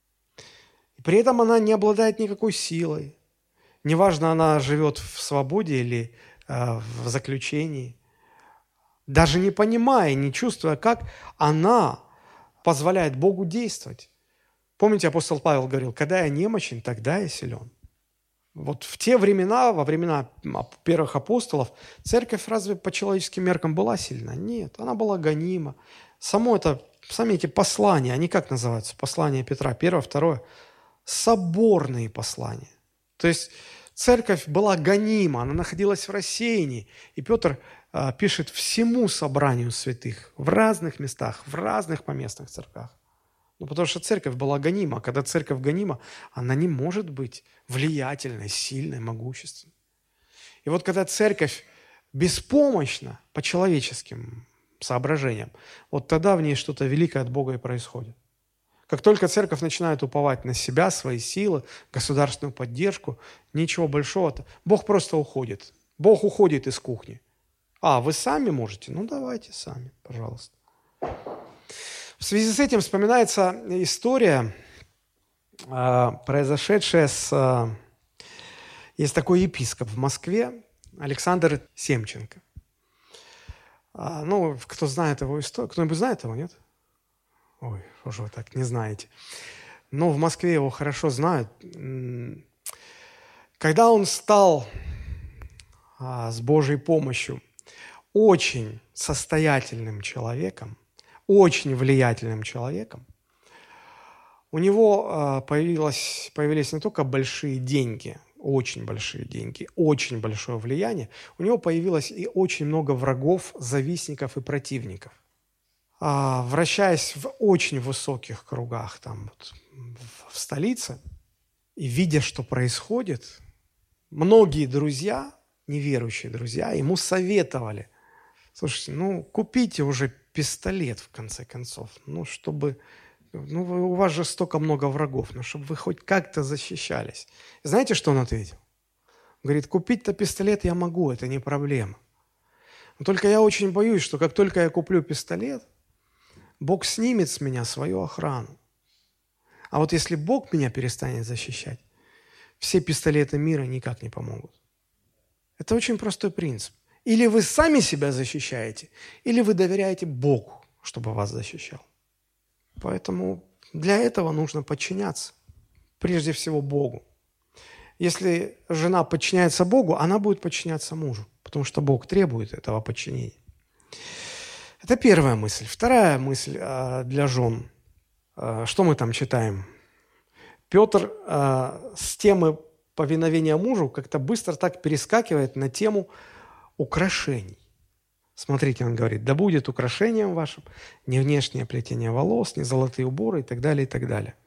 И при этом она не обладает никакой силой. Неважно, она живет в свободе или в заключении, даже не понимая, не чувствуя, как она позволяет Богу действовать. Помните, апостол Павел говорил, когда я немощен, тогда я силен. Вот в те времена, во времена первых апостолов, церковь разве по человеческим меркам была сильна? Нет, она была гонима. Сами эти послания, они как называются? Послания Петра, 1, 2, соборные послания. То есть церковь была гонима, она находилась в рассеянии. И Петр пишет всему собранию святых в разных местах, в разных поместных церквях. Потому что церковь была гонима. А когда церковь гонима, она не может быть влиятельной, сильной, могущественной. И вот когда церковь беспомощна по человеческим соображениям, вот тогда в ней что-то великое от Бога и происходит. Как только церковь начинает уповать на себя, свои силы, государственную поддержку, ничего большого, Бог просто уходит. Бог уходит из кухни. Вы сами можете? Ну, давайте сами, пожалуйста. В связи с этим вспоминается история, произошедшая есть такой епископ в Москве, Александр Семченко. Кто знает его историю? Кто-нибудь знает его, нет? Ой, что же вы так не знаете? Но в Москве его хорошо знают. Когда он стал с Божьей помощью очень состоятельным человеком, очень влиятельным человеком, у него появились не только большие деньги, очень большие деньги, очень большое влияние, у него появилось и очень много врагов, завистников и противников. Вращаясь в очень высоких кругах в столице и видя, что происходит, многие друзья, неверующие друзья, ему советовали: слушайте, купите уже пистолет, в конце концов, чтобы... у вас же столько много врагов, чтобы вы хоть как-то защищались. Знаете, что он ответил? Он говорит, купить-то пистолет я могу, это не проблема. Но только я очень боюсь, что как только я куплю пистолет, Бог снимет с меня свою охрану. А вот если Бог меня перестанет защищать, все пистолеты мира никак не помогут. Это очень простой принцип. Или вы сами себя защищаете, или вы доверяете Богу, чтобы вас защищал. Поэтому для этого нужно подчиняться, прежде всего Богу. Если жена подчиняется Богу, она будет подчиняться мужу, потому что Бог требует этого подчинения. Это первая мысль. Вторая мысль для жен. Что мы там читаем? Петр с темы повиновения мужу как-то быстро так перескакивает на тему украшений. Смотрите, он говорит: да будет украшением вашим не внешнее плетение волос, не золотые уборы и так далее, и так далее.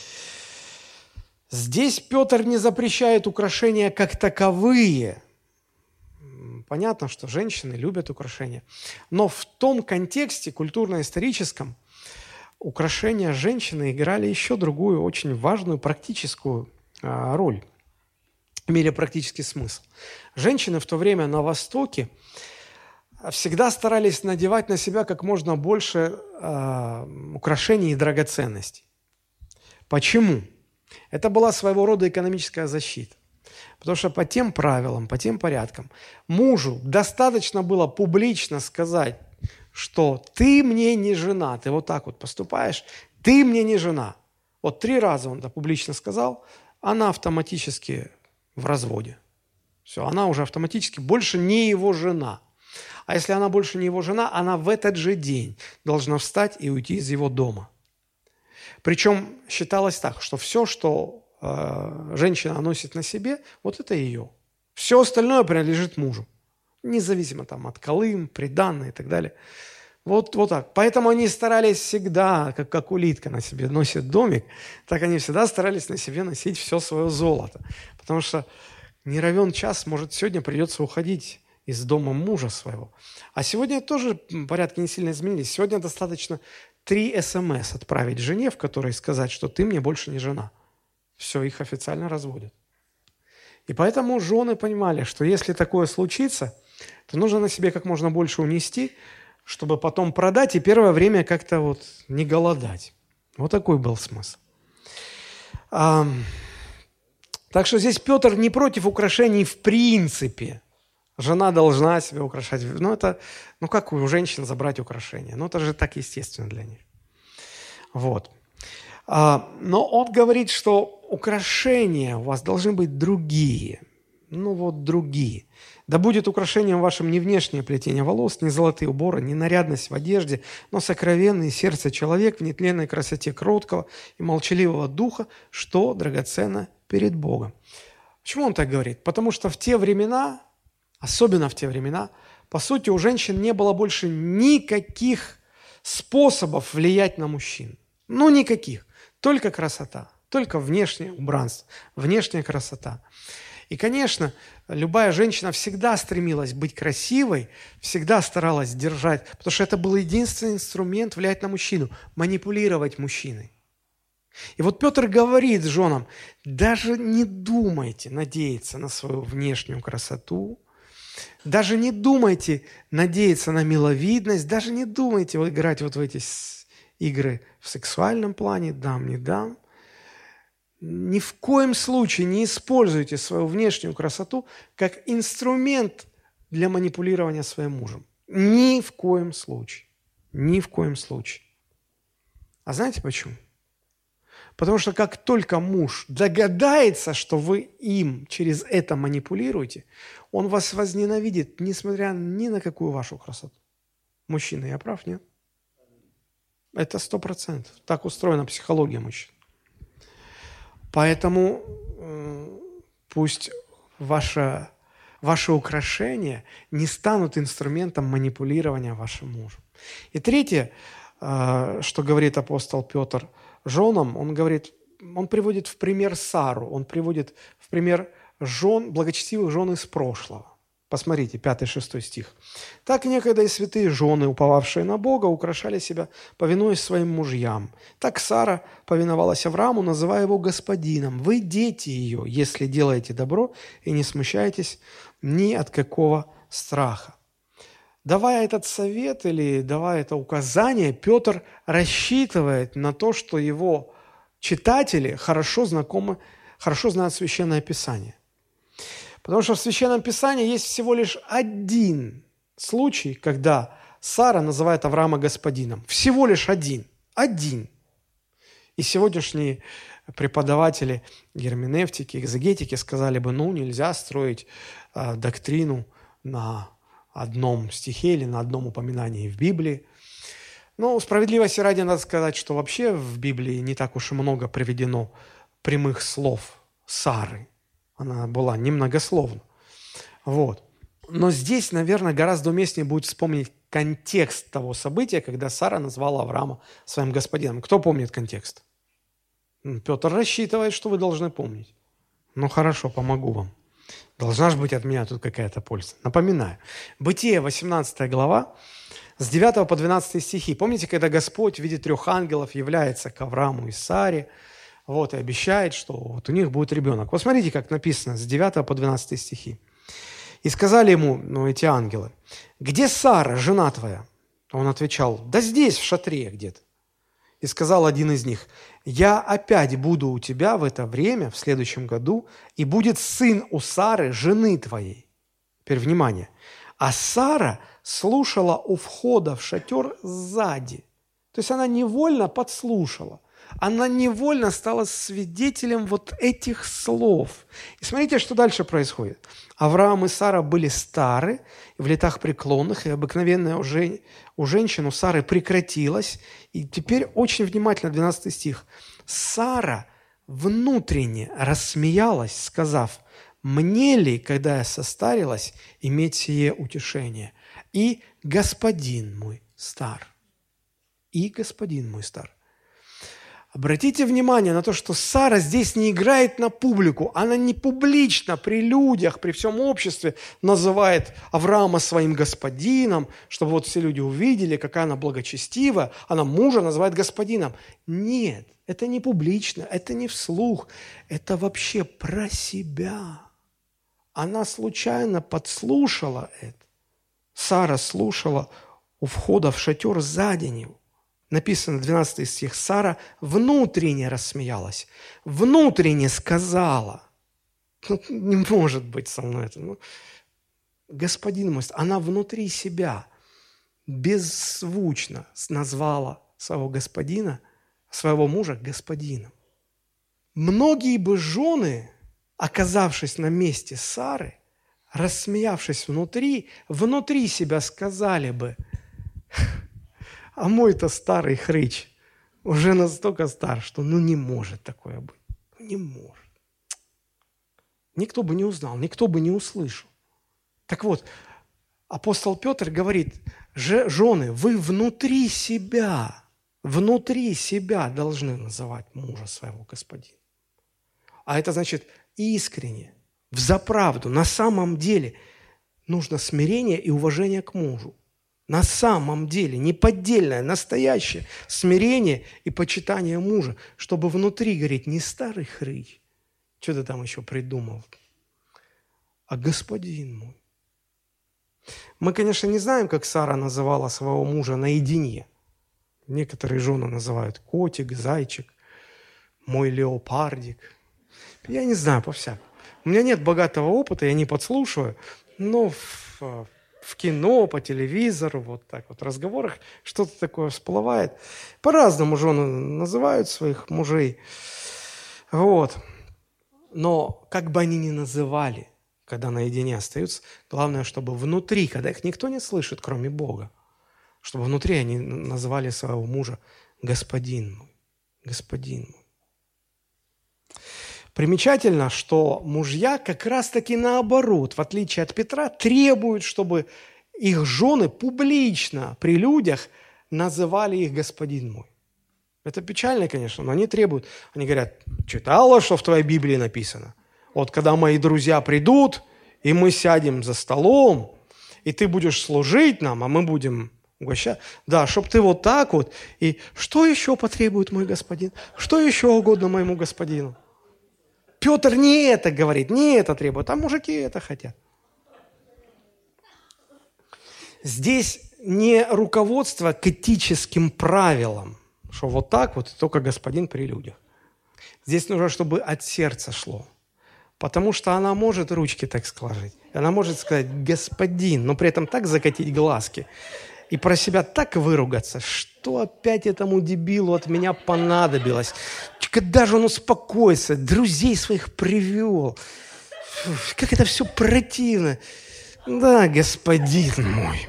Здесь Петр не запрещает украшения как таковые. Понятно, что женщины любят украшения. Но в том контексте культурно-историческом украшения женщины играли еще другую, очень важную практическую роль. Имели практический смысл. Женщины в то время на Востоке всегда старались надевать на себя как можно больше украшений и драгоценностей. Почему? Это была своего рода экономическая защита. Потому что по тем правилам, по тем порядкам мужу достаточно было публично сказать, что ты мне не жена, ты вот так вот поступаешь, ты мне не жена. Вот 3 раза он это публично сказал, она автоматически в разводе. Все, она уже автоматически больше не его жена. А если она больше не его жена, она в этот же день должна встать и уйти из его дома. Причем считалось так, что все, что женщина носит на себе, вот это ее. Все остальное принадлежит мужу. Независимо там от колым, приданное и так далее. Вот так. Поэтому они старались всегда, как улитка на себе носит домик, так они всегда старались на себе носить все свое золото. Потому что не равен час, может, сегодня придется уходить из дома мужа своего. А сегодня тоже порядки не сильно изменились. Сегодня достаточно 3 СМС отправить жене, в которой сказать, что ты мне больше не жена. Все, их официально разводят. И поэтому жены понимали, что если такое случится, то нужно на себе как можно больше унести, чтобы потом продать и первое время как-то вот не голодать. Вот такой был смысл. Так что здесь Петр не против украшений в принципе. Жена должна себя украшать. Как у женщин забрать украшения? Это же так естественно для них. Вот. Но он говорит, что украшения у вас должны быть другие. Другие. Да будет украшением вашим не внешнее плетение волос, не золотые уборы, не нарядность в одежде, но сокровенный сердце человек в нетленной красоте кроткого и молчаливого духа, что драгоценно перед Богом. Почему он так говорит? Потому что в те времена, особенно в те времена, по сути, у женщин не было больше никаких способов влиять на мужчин. Никаких. Только красота, только внешнее убранство, внешняя красота. И, конечно, любая женщина всегда стремилась быть красивой, всегда старалась держать, потому что это был единственный инструмент влиять на мужчину, манипулировать мужчиной. И вот Петр говорит женам: даже не думайте надеяться на свою внешнюю красоту, даже не думайте надеяться на миловидность, даже не думайте играть в эти игры в сексуальном плане, дам, не дам. Ни в коем случае не используйте свою внешнюю красоту как инструмент для манипулирования своим мужем. Ни в коем случае. Ни в коем случае. А знаете почему? Потому что как только муж догадается, что вы им через это манипулируете, он вас возненавидит, несмотря ни на какую вашу красоту. Мужчина, я прав, нет? Это 100%. Так устроена психология мужчин. Поэтому пусть ваши украшения не станут инструментом манипулирования вашим мужем. И третье, что говорит апостол Петр женам, он приводит в пример Сару, он приводит в пример жен, благочестивых жен из прошлого. Посмотрите, 5-6 стих. «Так некогда и святые жены, уповавшие на Бога, украшали себя, повинуясь своим мужьям. Так Сара повиновалась Аврааму, называя его господином. Вы дети ее, если делаете добро и не смущаетесь ни от какого страха». Давая этот совет или давая это указание, Петр рассчитывает на то, что его читатели хорошо знакомы хорошо знают Священное Писание. Потому что в Священном Писании есть всего лишь один случай, когда Сара называет Авраама господином. Всего лишь один. Один. И сегодняшние преподаватели герменевтики, экзегетики сказали бы, нельзя строить доктрину на одном стихе или на одном упоминании в Библии. Но справедливости ради надо сказать, что вообще в Библии не так уж и много приведено прямых слов Сары. Она была немногословна. Вот. Но здесь, наверное, гораздо уместнее будет вспомнить контекст того события, когда Сара назвала Авраама своим господином. Кто помнит контекст? Петр рассчитывает, что вы должны помнить. Хорошо, помогу вам. Должна же быть от меня тут какая-то польза. Напоминаю. Бытие, 18 глава, с 9 по 12 стихи. Помните, когда Господь в виде 3 ангелов является к Аврааму и Саре, и обещает, что у них будет ребенок. Вот смотрите, как написано, с 9 по 12 стихи. «И сказали ему, эти ангелы, где Сара, жена твоя?» Он отвечал, да здесь, в шатре где-то. И сказал один из них, я опять буду у тебя в это время, в следующем году, и будет сын у Сары, жены твоей. Теперь внимание. А Сара слушала у входа в шатер сзади. То есть она невольно подслушала. Она невольно стала свидетелем этих слов. И смотрите, что дальше происходит. Авраам и Сара были стары, в летах преклонных, и обыкновенная у женщин, у Сары прекратилась. И теперь очень внимательно, 12 стих. Сара внутренне рассмеялась, сказав, «Мне ли, когда я состарилась, иметь сие утешение? И господин мой стар». И господин мой стар. Обратите внимание на то, что Сара здесь не играет на публику. Она не публично при людях, при всем обществе называет Авраама своим господином, чтобы все люди увидели, какая она благочестивая. Она мужа называет господином. Нет, это не публично, это не вслух. Это вообще про себя. Она случайно подслушала это. Сара слушала у входа в шатер сзади него. Написано, 12 стих, Сара внутренне рассмеялась, внутренне сказала. Не может быть со мной это. Господин мой, она внутри себя беззвучно назвала своего господина, своего мужа господином. Многие бы жены, оказавшись на месте Сары, рассмеявшись внутри себя сказали бы, а мой-то старый хрыч уже настолько стар, что не может такое быть. Не может. Никто бы не узнал, никто бы не услышал. Так вот, апостол Петр говорит, жены, вы внутри себя должны называть мужа своего господина. А это значит искренне, взаправду, на самом деле нужно смирение и уважение к мужу. На самом деле, неподдельное, настоящее смирение и почитание мужа, чтобы внутри говорить не старый хрыч, что ты там еще придумал, а господин мой. Мы, конечно, не знаем, как Сара называла своего мужа наедине. Некоторые жены называют котик, зайчик, мой леопардик. Я не знаю, по-всякому. У меня нет богатого опыта, я не подслушиваю, но в кино, по телевизору, в разговорах что-то такое всплывает. По-разному жены называют своих мужей. Но как бы они ни называли, когда наедине остаются, главное, чтобы внутри, когда их никто не слышит, кроме Бога, чтобы внутри они называли своего мужа господин мой, господин мой. Примечательно, что мужья как раз-таки наоборот, в отличие от Петра, требуют, чтобы их жены публично при людях называли их господин мой. Это печально, конечно, но они требуют. Они говорят, читала, что в твоей Библии написано? Когда мои друзья придут, и мы сядем за столом, и ты будешь служить нам, а мы будем угощать. Да, чтоб ты и что еще потребует мой господин? Что еще угодно моему господину? Петр не это говорит, не это требует, а мужики это хотят. Здесь не руководство к этическим правилам, что так только господин при людях. Здесь нужно, чтобы от сердца шло. Потому что она может ручки так сложить. Она может сказать «господин», но при этом так закатить глазки и про себя так выругаться, что опять этому дебилу от меня понадобилось. Когда же он успокоится, друзей своих привел. Как это все противно. Да, господин мой.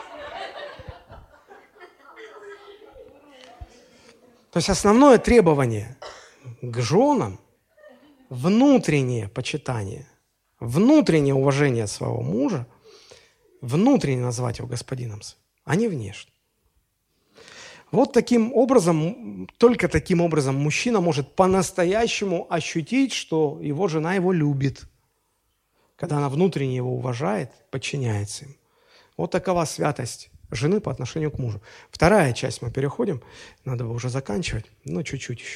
То есть основное требование к женам – внутреннее почитание, внутреннее уважение своего мужа, внутренне назвать его господином, а не внешне. Вот таким образом, только таким образом мужчина может по-настоящему ощутить, что его жена его любит, когда она внутренне его уважает, подчиняется им. Вот такова святость жены по отношению к мужу. Вторая часть, мы переходим, надо бы уже заканчивать, но чуть-чуть еще.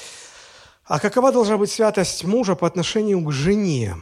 А какова должна быть святость мужа по отношению к жене?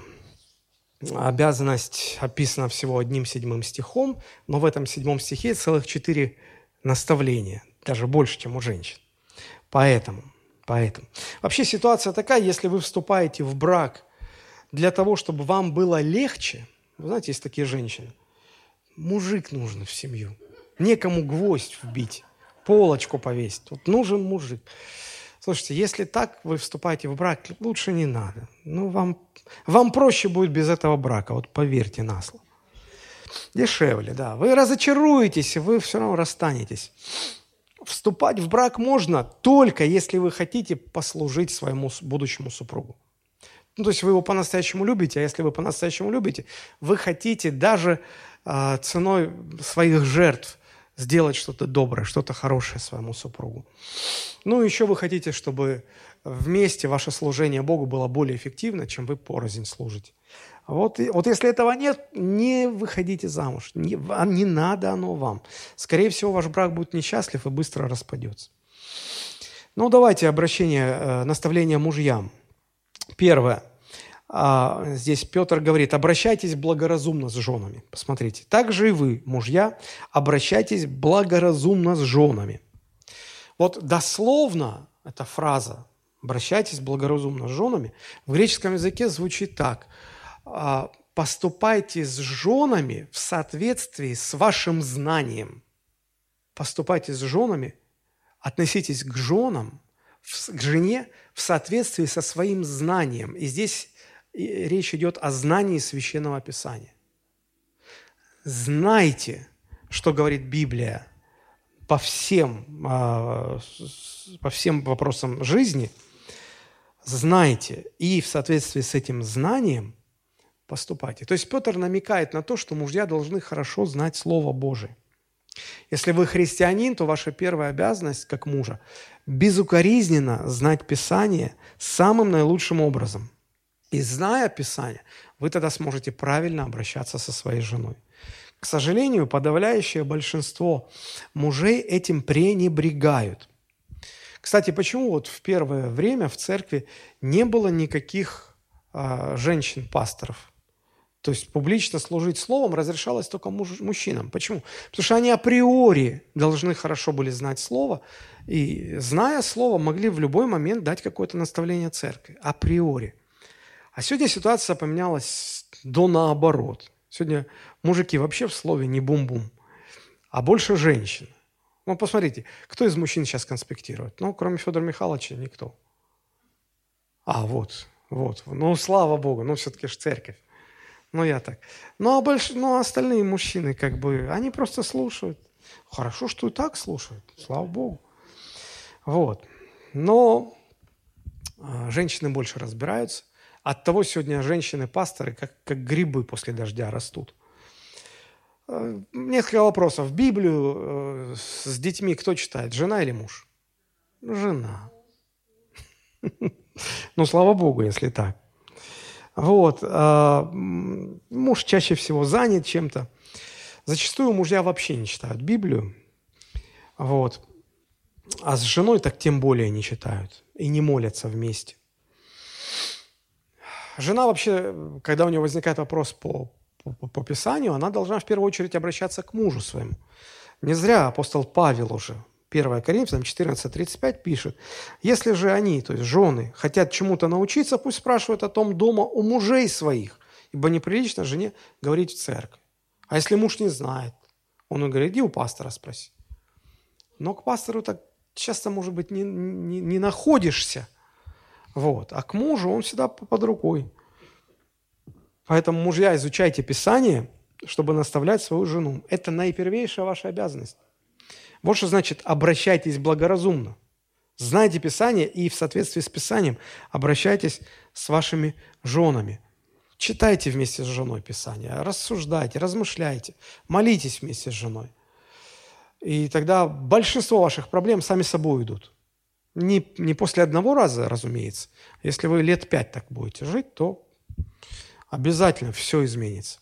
Обязанность описана всего 1/7 стихом, но в этом 7 стихе целых 4 наставления, даже больше, чем у женщин. Поэтому. Вообще ситуация такая, если вы вступаете в брак для того, чтобы вам было легче, вы знаете, есть такие женщины, мужик нужен в семью, некому гвоздь вбить, полочку повесить, вот нужен мужик. Слушайте, если так вы вступаете в брак, лучше не надо. Вам проще будет без этого брака, вот поверьте на слово. Дешевле, да. Вы разочаруетесь, и вы все равно расстанетесь. Вступать в брак можно только если вы хотите послужить своему будущему супругу. То есть вы его по-настоящему любите, а если вы по-настоящему любите, вы хотите даже ценой своих жертв сделать что-то доброе, что-то хорошее своему супругу. Еще вы хотите, чтобы вместе ваше служение Богу было более эффективно, чем вы порознь служите. Вот если этого нет, не выходите замуж. Не надо оно вам. Скорее всего, ваш брак будет несчастлив и быстро распадется. Давайте наставление мужьям. Первое. Здесь Петр говорит, обращайтесь благоразумно с женами. Посмотрите. Так же и вы, мужья, обращайтесь благоразумно с женами. Вот дословно эта фраза «обращайтесь благоразумно с женами» в греческом языке звучит так. Поступайте с женами в соответствии с вашим знанием. Поступайте с женами, относитесь к женам, к жене в соответствии со своим знанием. И здесь речь идет о знании Священного Писания. Знайте, что говорит Библия по всем вопросам жизни. Знайте и в соответствии с этим знанием поступайте. То есть Петр намекает на то, что мужья должны хорошо знать Слово Божие. Если вы христианин, то ваша первая обязанность, как мужа, безукоризненно знать Писание самым наилучшим образом. И зная Писание, вы тогда сможете правильно обращаться со своей женой. К сожалению, подавляющее большинство мужей этим пренебрегают. Кстати, почему в первое время в церкви не было никаких женщин-пасторов? То есть публично служить словом разрешалось только мужчинам. Почему? Потому что они априори должны хорошо были знать слово, и, зная слово, могли в любой момент дать какое-то наставление церкви. Априори. А сегодня ситуация поменялась до наоборот. Сегодня мужики вообще в слове не бум-бум, а больше женщин. Посмотрите, кто из мужчин сейчас конспектирует? Кроме Федора Михайловича, никто. Вот. Слава Богу, все-таки же церковь. Я так. Остальные мужчины, они просто слушают. Хорошо, что и так слушают, слава Богу. Но женщины больше разбираются. Оттого сегодня женщины-пасторы как грибы после дождя растут. Несколько вопросов. Библию с детьми кто читает, жена или муж? Жена. Слава Богу, если так. Муж чаще всего занят чем-то. Зачастую мужья вообще не читают Библию. А с женой так тем более не читают и не молятся вместе. Жена вообще, когда у нее возникает вопрос по Писанию, она должна в первую очередь обращаться к мужу своему. Не зря апостол Павел уже 1 Коринфянам 14:35 пишет: «Если же они, то есть жены, хотят чему-то научиться, пусть спрашивают о том дома у мужей своих, ибо неприлично жене говорить в церкви». А если муж не знает, он говорит: иди у пастора спроси. Но к пастору так часто, может быть, не находишься. Вот. А к мужу он всегда под рукой. Поэтому, мужья, изучайте Писание, чтобы наставлять свою жену. Это наипервейшая ваша обязанность. Вот что значит: обращайтесь благоразумно. Знайте Писание и в соответствии с Писанием обращайтесь с вашими женами. Читайте вместе с женой Писание, рассуждайте, размышляйте, молитесь вместе с женой. И тогда большинство ваших проблем сами собой уйдут. Не после одного раза, разумеется. Если вы лет 5 так будете жить, то обязательно все изменится.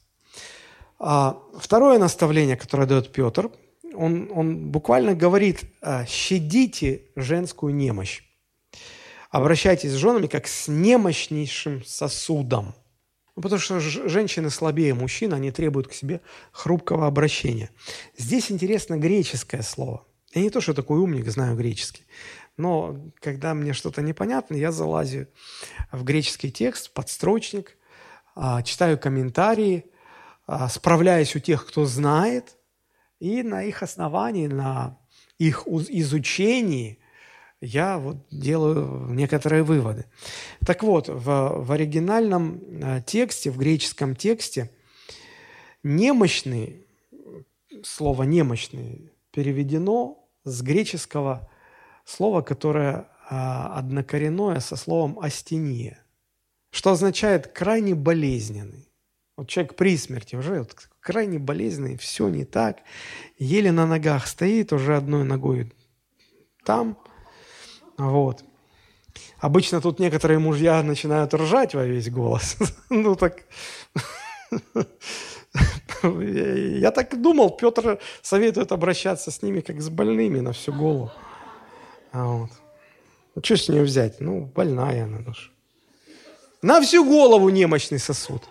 Второе наставление, которое дает Петр, он буквально говорит: щадите женскую немощь. Обращайтесь с женами как с немощнейшим сосудом. Потому что женщины слабее мужчин, они требуют к себе хрупкого обращения. Здесь интересно греческое слово. Я не то, что такой умник, знаю греческий. Но когда мне что-то непонятно, я залазю в греческий текст, подстрочник, читаю комментарии, справляюсь у тех, кто знает, и на их основании, на их изучении я вот делаю некоторые выводы. Так вот, в оригинальном тексте, в греческом тексте, немощный, слово «немощный» переведено с греческого слова, которое однокоренное со словом «астения», что означает «крайне болезненный». Вот человек при смерти уже крайне болезненный, все не так, еле на ногах стоит, уже одной ногой там. Вот. Обычно тут некоторые мужья начинают ржать во весь голос. Ну так... Я так думал, Петр советует обращаться с ними, как с больными, на всю голову. Вот. Ну, что с нее взять? Ну, больная она. На всю голову немощный сосуд.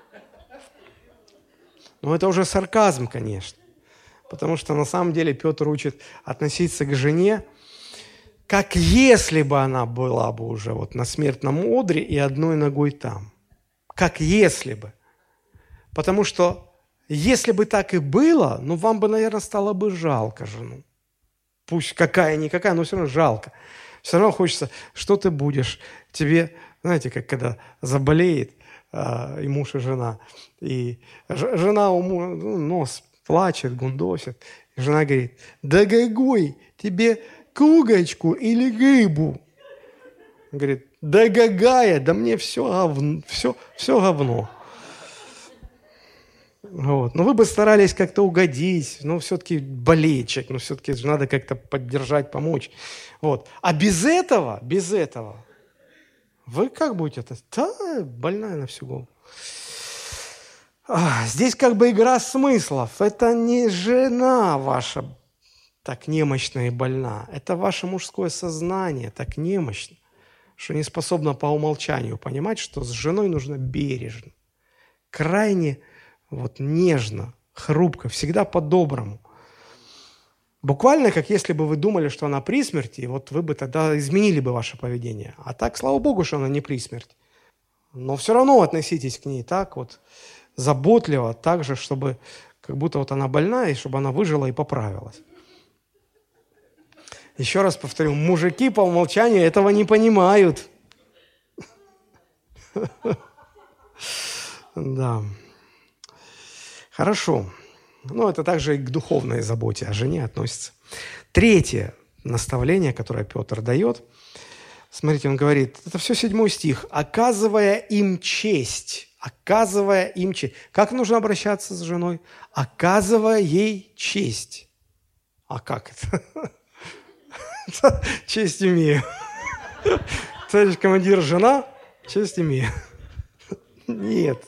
Но это уже сарказм, конечно. Потому что на самом деле Петр учит относиться к жене, как если бы она была бы уже вот на смертном одре и одной ногой там. Как если бы. Потому что если бы так и было, ну, вам бы, наверное, стало бы жалко жену. Пусть какая-никакая, но все равно жалко. Все равно хочется, что ты будешь. Тебе, знаете, как когда заболеет и муж, и жена. И жена у мужа нос плачет, гундосит. И жена говорит: да гагой, тебе кугочку или рыбу? Он говорит: да гагая, да мне все говно. Все говно. Вот. Но вы бы старались как-то угодить, но все-таки болеет человек, но все-таки надо как-то поддержать, помочь. Вот. А без этого, вы как будете это? Да, больная на всю голову. Здесь как бы игра смыслов. Это не жена ваша так немощна и больна. Это ваше мужское сознание так немощно, что не способно по умолчанию понимать, что с женой нужно бережно, крайне нежно, хрупко, всегда по-доброму. Буквально, как если бы вы думали, что она при смерти, вот вы бы тогда изменили бы ваше поведение. А так, слава Богу, что она не при смерти. Но все равно относитесь к ней так вот, заботливо, так же, чтобы как будто вот она больна, и чтобы она выжила и поправилась. Еще раз повторю, мужики по умолчанию этого не понимают. Да. Хорошо. Но это также и к духовной заботе о жене относится. Третье наставление, которое Петр дает, смотрите, он говорит, это все 7 стих, оказывая им честь. Как нужно обращаться с женой? Оказывая ей честь. А как это? Честь имею. Товарищ командир, жена, честь имею. Нет.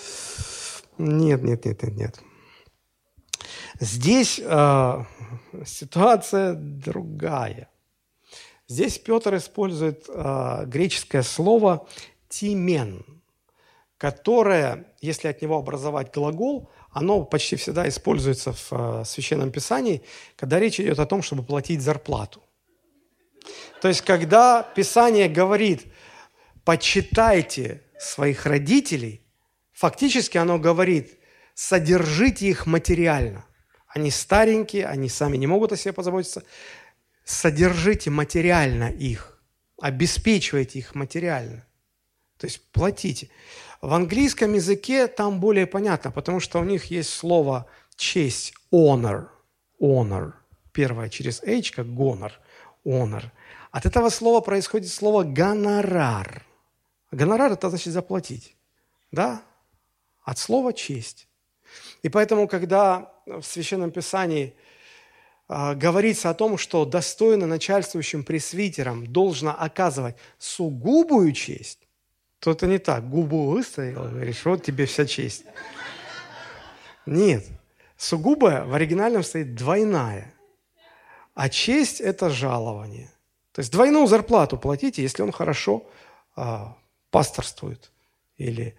Здесь ситуация другая. Здесь Петр использует греческое слово «тимен», которое, если от него образовать глагол, оно почти всегда используется в Священном Писании, когда речь идет о том, чтобы платить зарплату. То есть, когда Писание говорит «почитайте своих родителей», фактически оно говорит «содержите их материально». Они старенькие, они сами не могут о себе позаботиться. Содержите материально их, обеспечивайте их материально. То есть платите. В английском языке там более понятно, потому что у них есть слово честь, honor. Honor. Первое через H, как гонор. Honor. От этого слова происходит слово гонорар. Гонорар – это значит заплатить. Да? От слова честь. И поэтому, когда в Священном Писании говорится о том, что достойно начальствующим пресвитерам должно оказывать сугубую честь, то это не так. Губу выставил, говоришь, вот тебе вся честь. Нет. Сугубая в оригинальном стоит двойная. А честь – это жалование. То есть двойную зарплату платите, если он хорошо пасторствует. Или,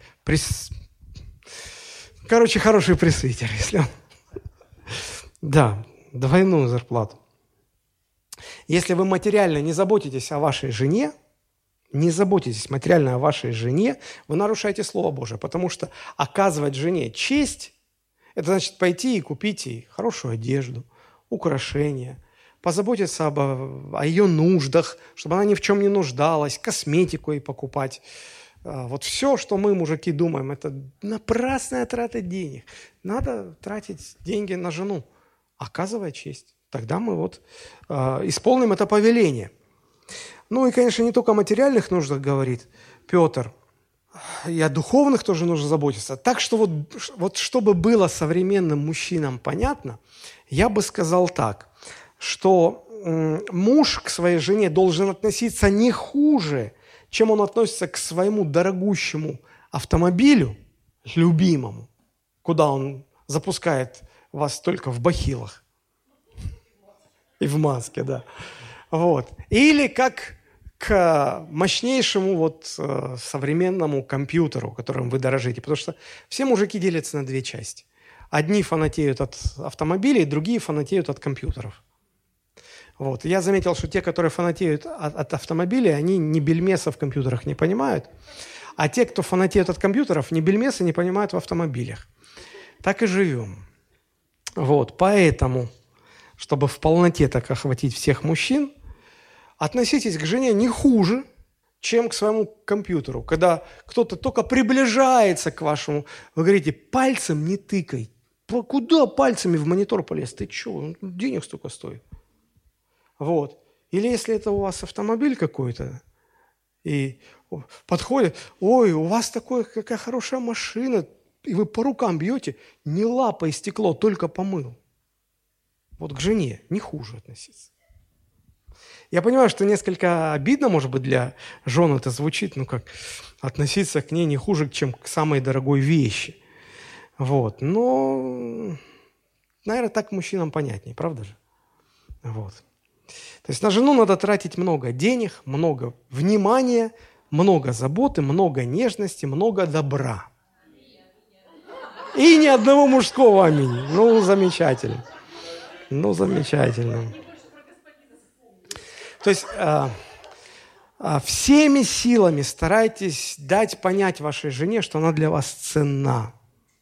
хороший пресвитер, если он… Да, двойную зарплату. Если вы материально не заботитесь о вашей жене, не заботитесь материально о вашей жене, вы нарушаете Слово Божие, потому что оказывать жене честь – это значит пойти и купить ей хорошую одежду, украшения, позаботиться о ее нуждах, чтобы она ни в чем не нуждалась, косметику ей покупать. Вот все, что мы, мужики, думаем, это напрасная трата денег. Надо тратить деньги на жену, оказывая честь. Тогда мы исполним это повеление. Ну и, конечно, не только о материальных нуждах говорит Петр, и о духовных тоже нужно заботиться. Так что вот чтобы было современным мужчинам понятно, я бы сказал так, что муж к своей жене должен относиться не хуже, чем он относится к своему дорогущему автомобилю, любимому, куда он запускает вас только в бахилах и в маске, да. Вот. Или как к мощнейшему современному компьютеру, которым вы дорожите. Потому что все мужики делятся на две части. Одни фанатеют от автомобилей, другие фанатеют от компьютеров. Вот. Я заметил, что те, которые фанатеют от автомобилей, они ни бельмеса в компьютерах не понимают. А те, кто фанатеют от компьютеров, ни бельмеса не понимают в автомобилях. Так и живем. Вот. Поэтому, чтобы в полноте так охватить всех мужчин, относитесь к жене не хуже, чем к своему компьютеру. Когда кто-то только приближается к вашему, вы говорите, пальцем не тыкай. Куда пальцами в монитор полез? Ты что? Денег столько стоит. Вот. Или если это у вас автомобиль какой-то, и подходит, ой, у вас какая хорошая машина, и вы по рукам бьете, не лапой стекло, только помыл. Вот к жене не хуже относиться. Я понимаю, что несколько обидно, может быть, для жен это звучит, относиться к ней не хуже, чем к самой дорогой вещи. Вот. Но, наверное, так мужчинам понятнее, правда же? Вот. То есть на жену надо тратить много денег, много внимания, много заботы, много нежности, много добра. И ни одного мужского аминь. Ну, замечательно. То есть всеми силами старайтесь дать понять вашей жене, что она для вас ценна.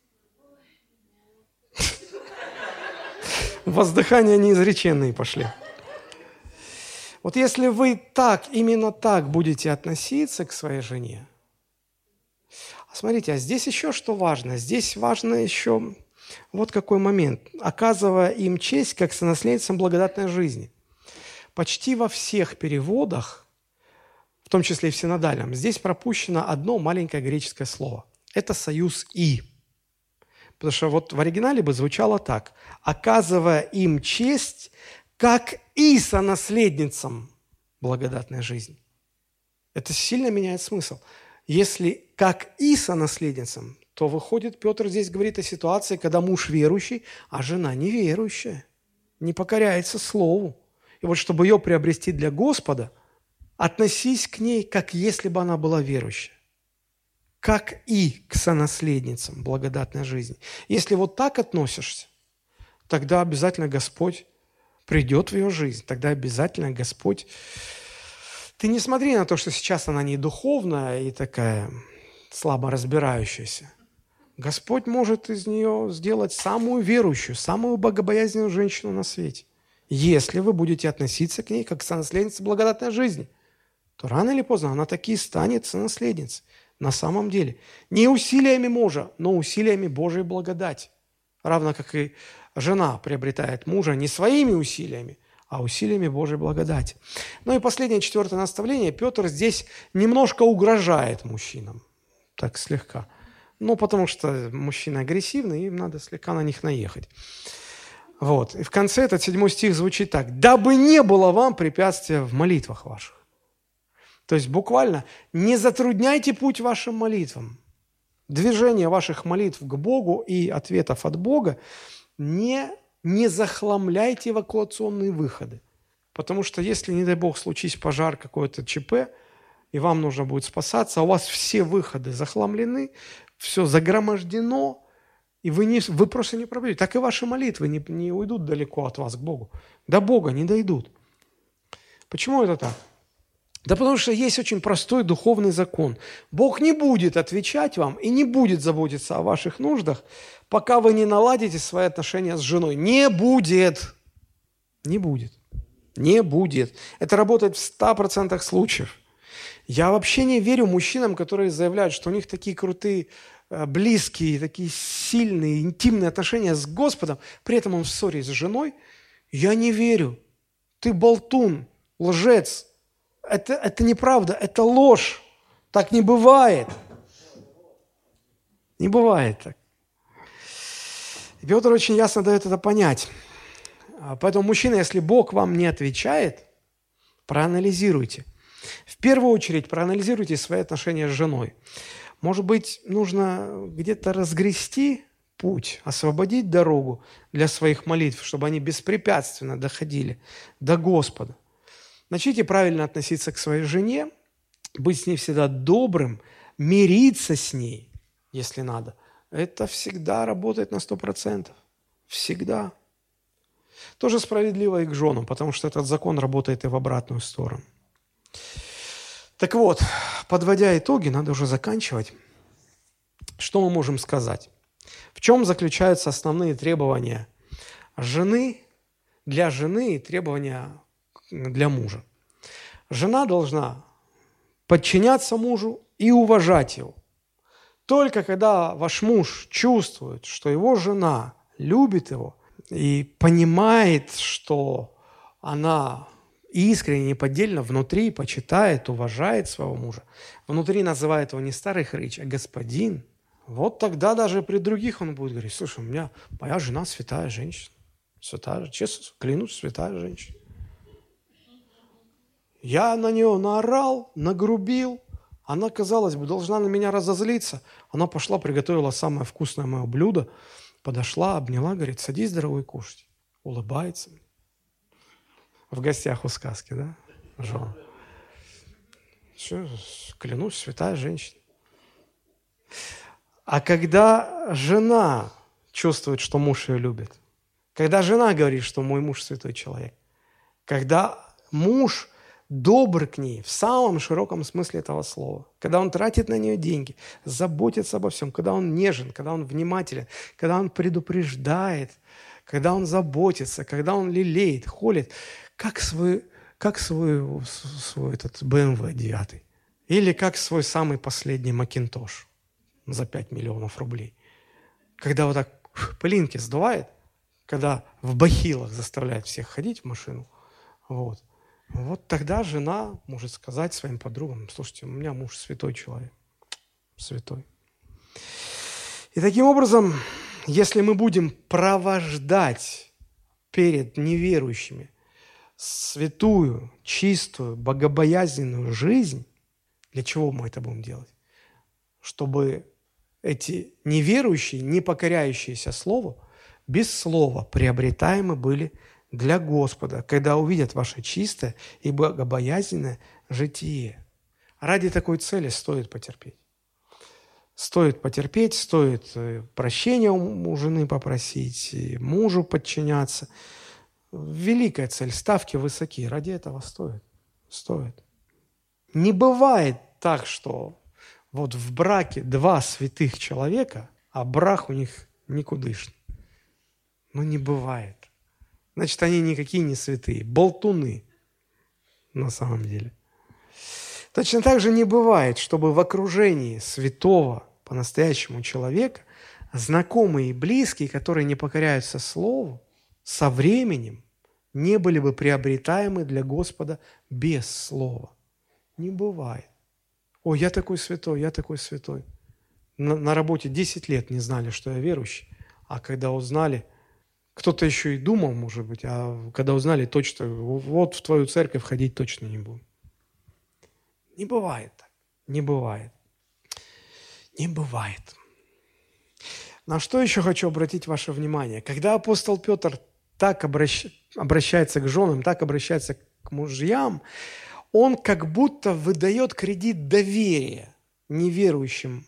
Воздыхания неизреченные пошли. Вот если вы именно так будете относиться к своей жене, смотрите, а здесь еще что важно? Здесь важно еще вот какой момент. Оказывая им честь, как сонаследницам благодатной жизни. Почти во всех переводах, в том числе и в синодальном, здесь пропущено одно маленькое греческое слово. Это союз «и». Потому что в оригинале бы звучало так. «Оказывая им честь, как и сонаследницам благодатной жизни». Это сильно меняет смысл. Если как и сонаследницам, то выходит, Петр здесь говорит о ситуации, когда муж верующий, а жена неверующая, не покоряется слову. И вот чтобы ее приобрести для Господа, относись к ней, как если бы она была верующая. как и к сонаследницам благодатной жизни. Если вот так относишься, тогда обязательно Господь придет в ее жизнь, тогда обязательно Господь... Ты не смотри на то, что сейчас она не духовная и такая слабо разбирающаяся. Господь может из нее сделать самую верующую, самую богобоязненную женщину на свете. Если вы будете относиться к ней как к сонаследнице благодатной жизни, то рано или поздно она таки станет сонаследницей. На самом деле. Не усилиями мужа, но усилиями Божьей благодати. Равно как и жена приобретает мужа не своими усилиями, а усилиями Божьей благодати. Ну и последнее, 4 наставление. Петр здесь немножко угрожает мужчинам. Так слегка. Ну, потому что мужчины агрессивны, им надо слегка на них наехать. Вот. И в конце этот 7 стих звучит так. «Дабы не было вам препятствия в молитвах ваших». То есть буквально не затрудняйте путь вашим молитвам. Движение ваших молитв к Богу и ответов от Бога не захламляйте эвакуационные выходы. Потому что если, не дай Бог, случись пожар, какой-то ЧП, и вам нужно будет спасаться, а у вас все выходы захламлены, все загромождено, и вы просто не пробьете. Так и ваши молитвы не уйдут далеко от вас к Богу. До Бога не дойдут. Почему это так? Да потому что есть очень простой духовный закон. Бог не будет отвечать вам и не будет заботиться о ваших нуждах, пока вы не наладите свои отношения с женой. Не будет. Не будет. Не будет. Это работает в 100% случаев. Я вообще не верю мужчинам, которые заявляют, что у них такие крутые, близкие, такие сильные, интимные отношения с Господом, при этом он в ссоре с женой. Я не верю. Ты болтун, лжец. Это неправда, это ложь. Так не бывает. Не бывает так. И Петр очень ясно дает это понять. Поэтому, мужчина, если Бог вам не отвечает, проанализируйте. В первую очередь проанализируйте свои отношения с женой. Может быть, нужно где-то разгрести путь, освободить дорогу для своих молитв, чтобы они беспрепятственно доходили до Господа. Начните правильно относиться к своей жене, быть с ней всегда добрым, мириться с ней, если надо. Это всегда работает на 100%. Всегда. Тоже справедливо и к женам, потому что этот закон работает и в обратную сторону. Так вот, подводя итоги, надо уже заканчивать. Что мы можем сказать? В чем заключаются основные требования жены для жены и требования для мужа? Жена должна подчиняться мужу и уважать его. Только когда ваш муж чувствует, что его жена любит его и понимает, что она искренне, неподдельно внутри почитает, уважает своего мужа, внутри называет его не старый хрыч, а господин, вот тогда даже при других он будет говорить: слушай, моя жена святая женщина, святая, честно, клянусь, святая женщина. Я на нее наорал, нагрубил, она, казалось бы, должна на меня разозлиться. Она пошла, приготовила самое вкусное мое блюдо, подошла, обняла, говорит: садись, дорогой, кушать. Улыбается. В гостях у сказки, да, жен? Все, клянусь, святая женщина. А когда жена чувствует, что муж ее любит, когда жена говорит, что мой муж святой человек, когда муж добр к ней в самом широком смысле этого слова, когда он тратит на нее деньги, заботится обо всем, когда он нежен, когда он внимателен, когда он предупреждает, когда он заботится, когда он лелеет, холит, как свой этот BMW 9, или как свой самый последний Макинтош за 5 миллионов рублей. Когда вот так пылинки сдувает, когда в бахилах заставляет всех ходить в машину, вот тогда жена может сказать своим подругам: слушайте, у меня муж святой человек, святой. И таким образом, если мы будем провождать перед неверующими святую, чистую, богобоязненную жизнь, для чего мы это будем делать? Чтобы эти неверующие, не покоряющиеся Слову, без слова приобретаемы были для Господа, когда увидят ваше чистое и богобоязненное житие. Ради такой цели стоит потерпеть. Стоит потерпеть, стоит прощения у жены попросить, и мужу подчиняться. Великая цель, ставки высоки, ради этого стоит. Стоит. Не бывает так, что вот в браке два святых человека, а брак у них никудышный. Ну, не бывает. Значит, они никакие не святые, болтуны на самом деле. Точно так же не бывает, чтобы в окружении святого по-настоящему человека знакомые и близкие, которые не покоряются Слову, со временем не были бы приобретаемы для Господа без Слова. Не бывает. Ой, я такой святой, я такой святой. На работе 10 лет не знали, что я верующий, а когда узнали, кто-то еще и думал, может быть, а когда узнали, точно, вот в твою церковь ходить точно не буду. Не бывает так. Не бывает. Не бывает. На что еще хочу обратить ваше внимание? Когда апостол Петр так обращается к женам, так обращается к мужьям, он как будто выдает кредит доверия неверующим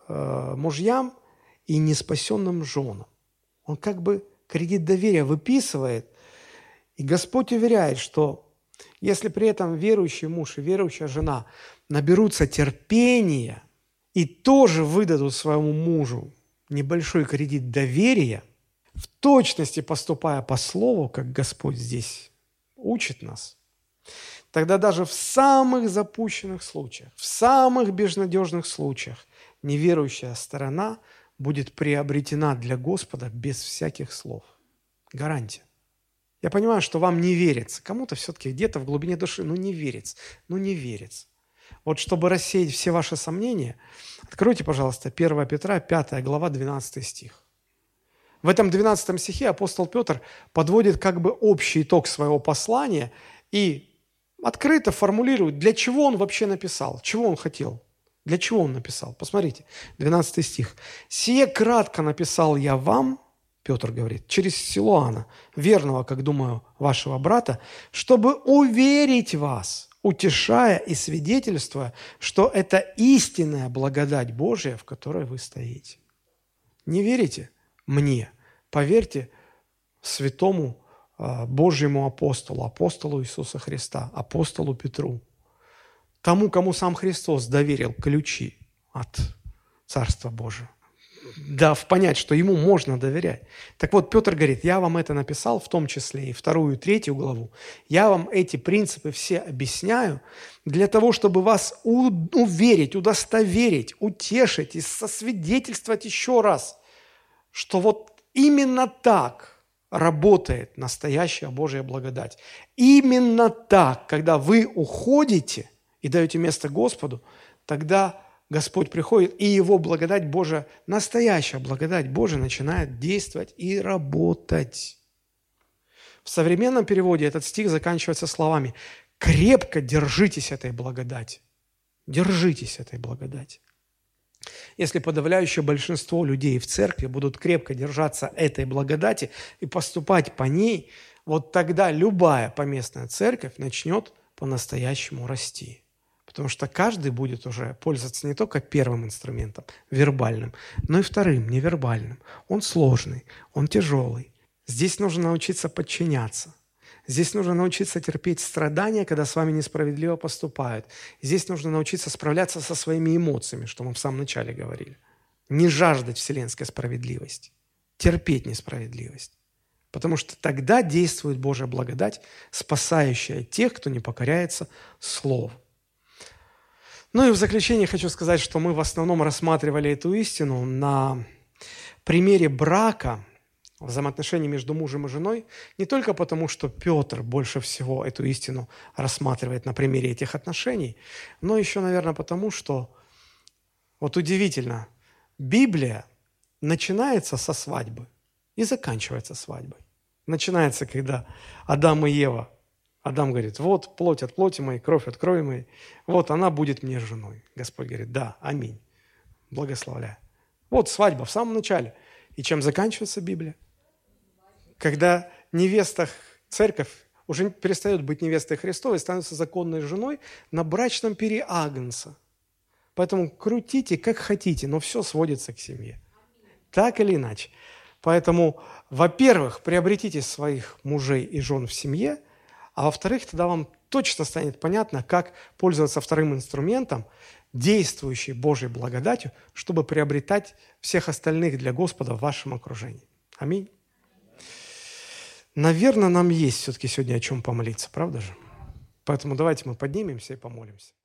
мужьям и неспасенным женам. Он как бы кредит доверия выписывает, и Господь уверяет, что если при этом верующий муж и верующая жена наберутся терпения и тоже выдадут своему мужу небольшой кредит доверия, в точности поступая по слову, как Господь здесь учит нас, тогда даже в самых запущенных случаях, в самых безнадежных случаях неверующая сторона будет приобретена для Господа без всяких слов. Гарантия. Я понимаю, что вам не верится. Кому-то все-таки где-то в глубине души, не верится. Не верится. Вот чтобы рассеять все ваши сомнения, откройте, пожалуйста, 1 Петра, 5 глава, 12 стих. В этом 12 стихе апостол Петр подводит как бы общий итог своего послания и открыто формулирует, для чего он вообще написал, чего он хотел, для чего он написал. Посмотрите, 12 стих. «Сие кратко написал я вам, Петр говорит, через Силуана, верного, как думаю, вашего брата, чтобы уверить вас, утешая и свидетельствуя, что это истинная благодать Божия, в которой вы стоите». Не верите мне? Поверьте святому Божьему апостолу Иисуса Христа, апостолу Петру, тому, кому сам Христос доверил ключи от Царства Божия, дав понять, что ему можно доверять. Так вот, Петр говорит, я вам это написал, в том числе и 2 и 3 главу, я вам эти принципы все объясняю для того, чтобы вас уверить, удостоверить, утешить и сосвидетельствовать еще раз, что вот именно так работает настоящая Божья благодать. Именно так, когда вы уходите и даете место Господу, тогда Господь приходит, и Его благодать Божия, настоящая благодать Божия начинает действовать и работать. В современном переводе этот стих заканчивается словами «крепко держитесь этой благодати». Держитесь этой благодати. Если подавляющее большинство людей в церкви будут крепко держаться этой благодати и поступать по ней, вот тогда любая поместная церковь начнет по-настоящему расти. Потому что каждый будет уже пользоваться не только первым инструментом, вербальным, но и вторым, невербальным. Он сложный, он тяжелый. Здесь нужно научиться подчиняться. Здесь нужно научиться терпеть страдания, когда с вами несправедливо поступают. Здесь нужно научиться справляться со своими эмоциями, что мы в самом начале говорили. Не жаждать вселенской справедливости, терпеть несправедливость. Потому что тогда действует Божья благодать, спасающая тех, кто не покоряется Слову. Ну и в заключение хочу сказать, что мы в основном рассматривали эту истину на примере брака, взаимоотношений между мужем и женой, не только потому, что Петр больше всего эту истину рассматривает на примере этих отношений, но еще, наверное, потому, что, вот удивительно, Библия начинается со свадьбы и заканчивается свадьбой. Начинается, когда Адам и Ева, Адам говорит, вот плоть от плоти моей, кровь от крови моей, вот она будет мне женой. Господь говорит, да, аминь, благословляю. Вот свадьба в самом начале. И чем заканчивается Библия? Когда невеста, церковь уже перестает быть невестой Христовой, становится законной женой на брачном пире Агнца. Поэтому крутите, как хотите, но все сводится к семье. Так или иначе. Поэтому, во-первых, приобретите своих мужей и жен в семье, а во-вторых, тогда вам точно станет понятно, как пользоваться вторым инструментом, действующей Божьей благодатью, чтобы приобретать всех остальных для Господа в вашем окружении. Аминь. Наверное, нам есть все-таки сегодня о чем помолиться, правда же? Поэтому давайте мы поднимемся и помолимся.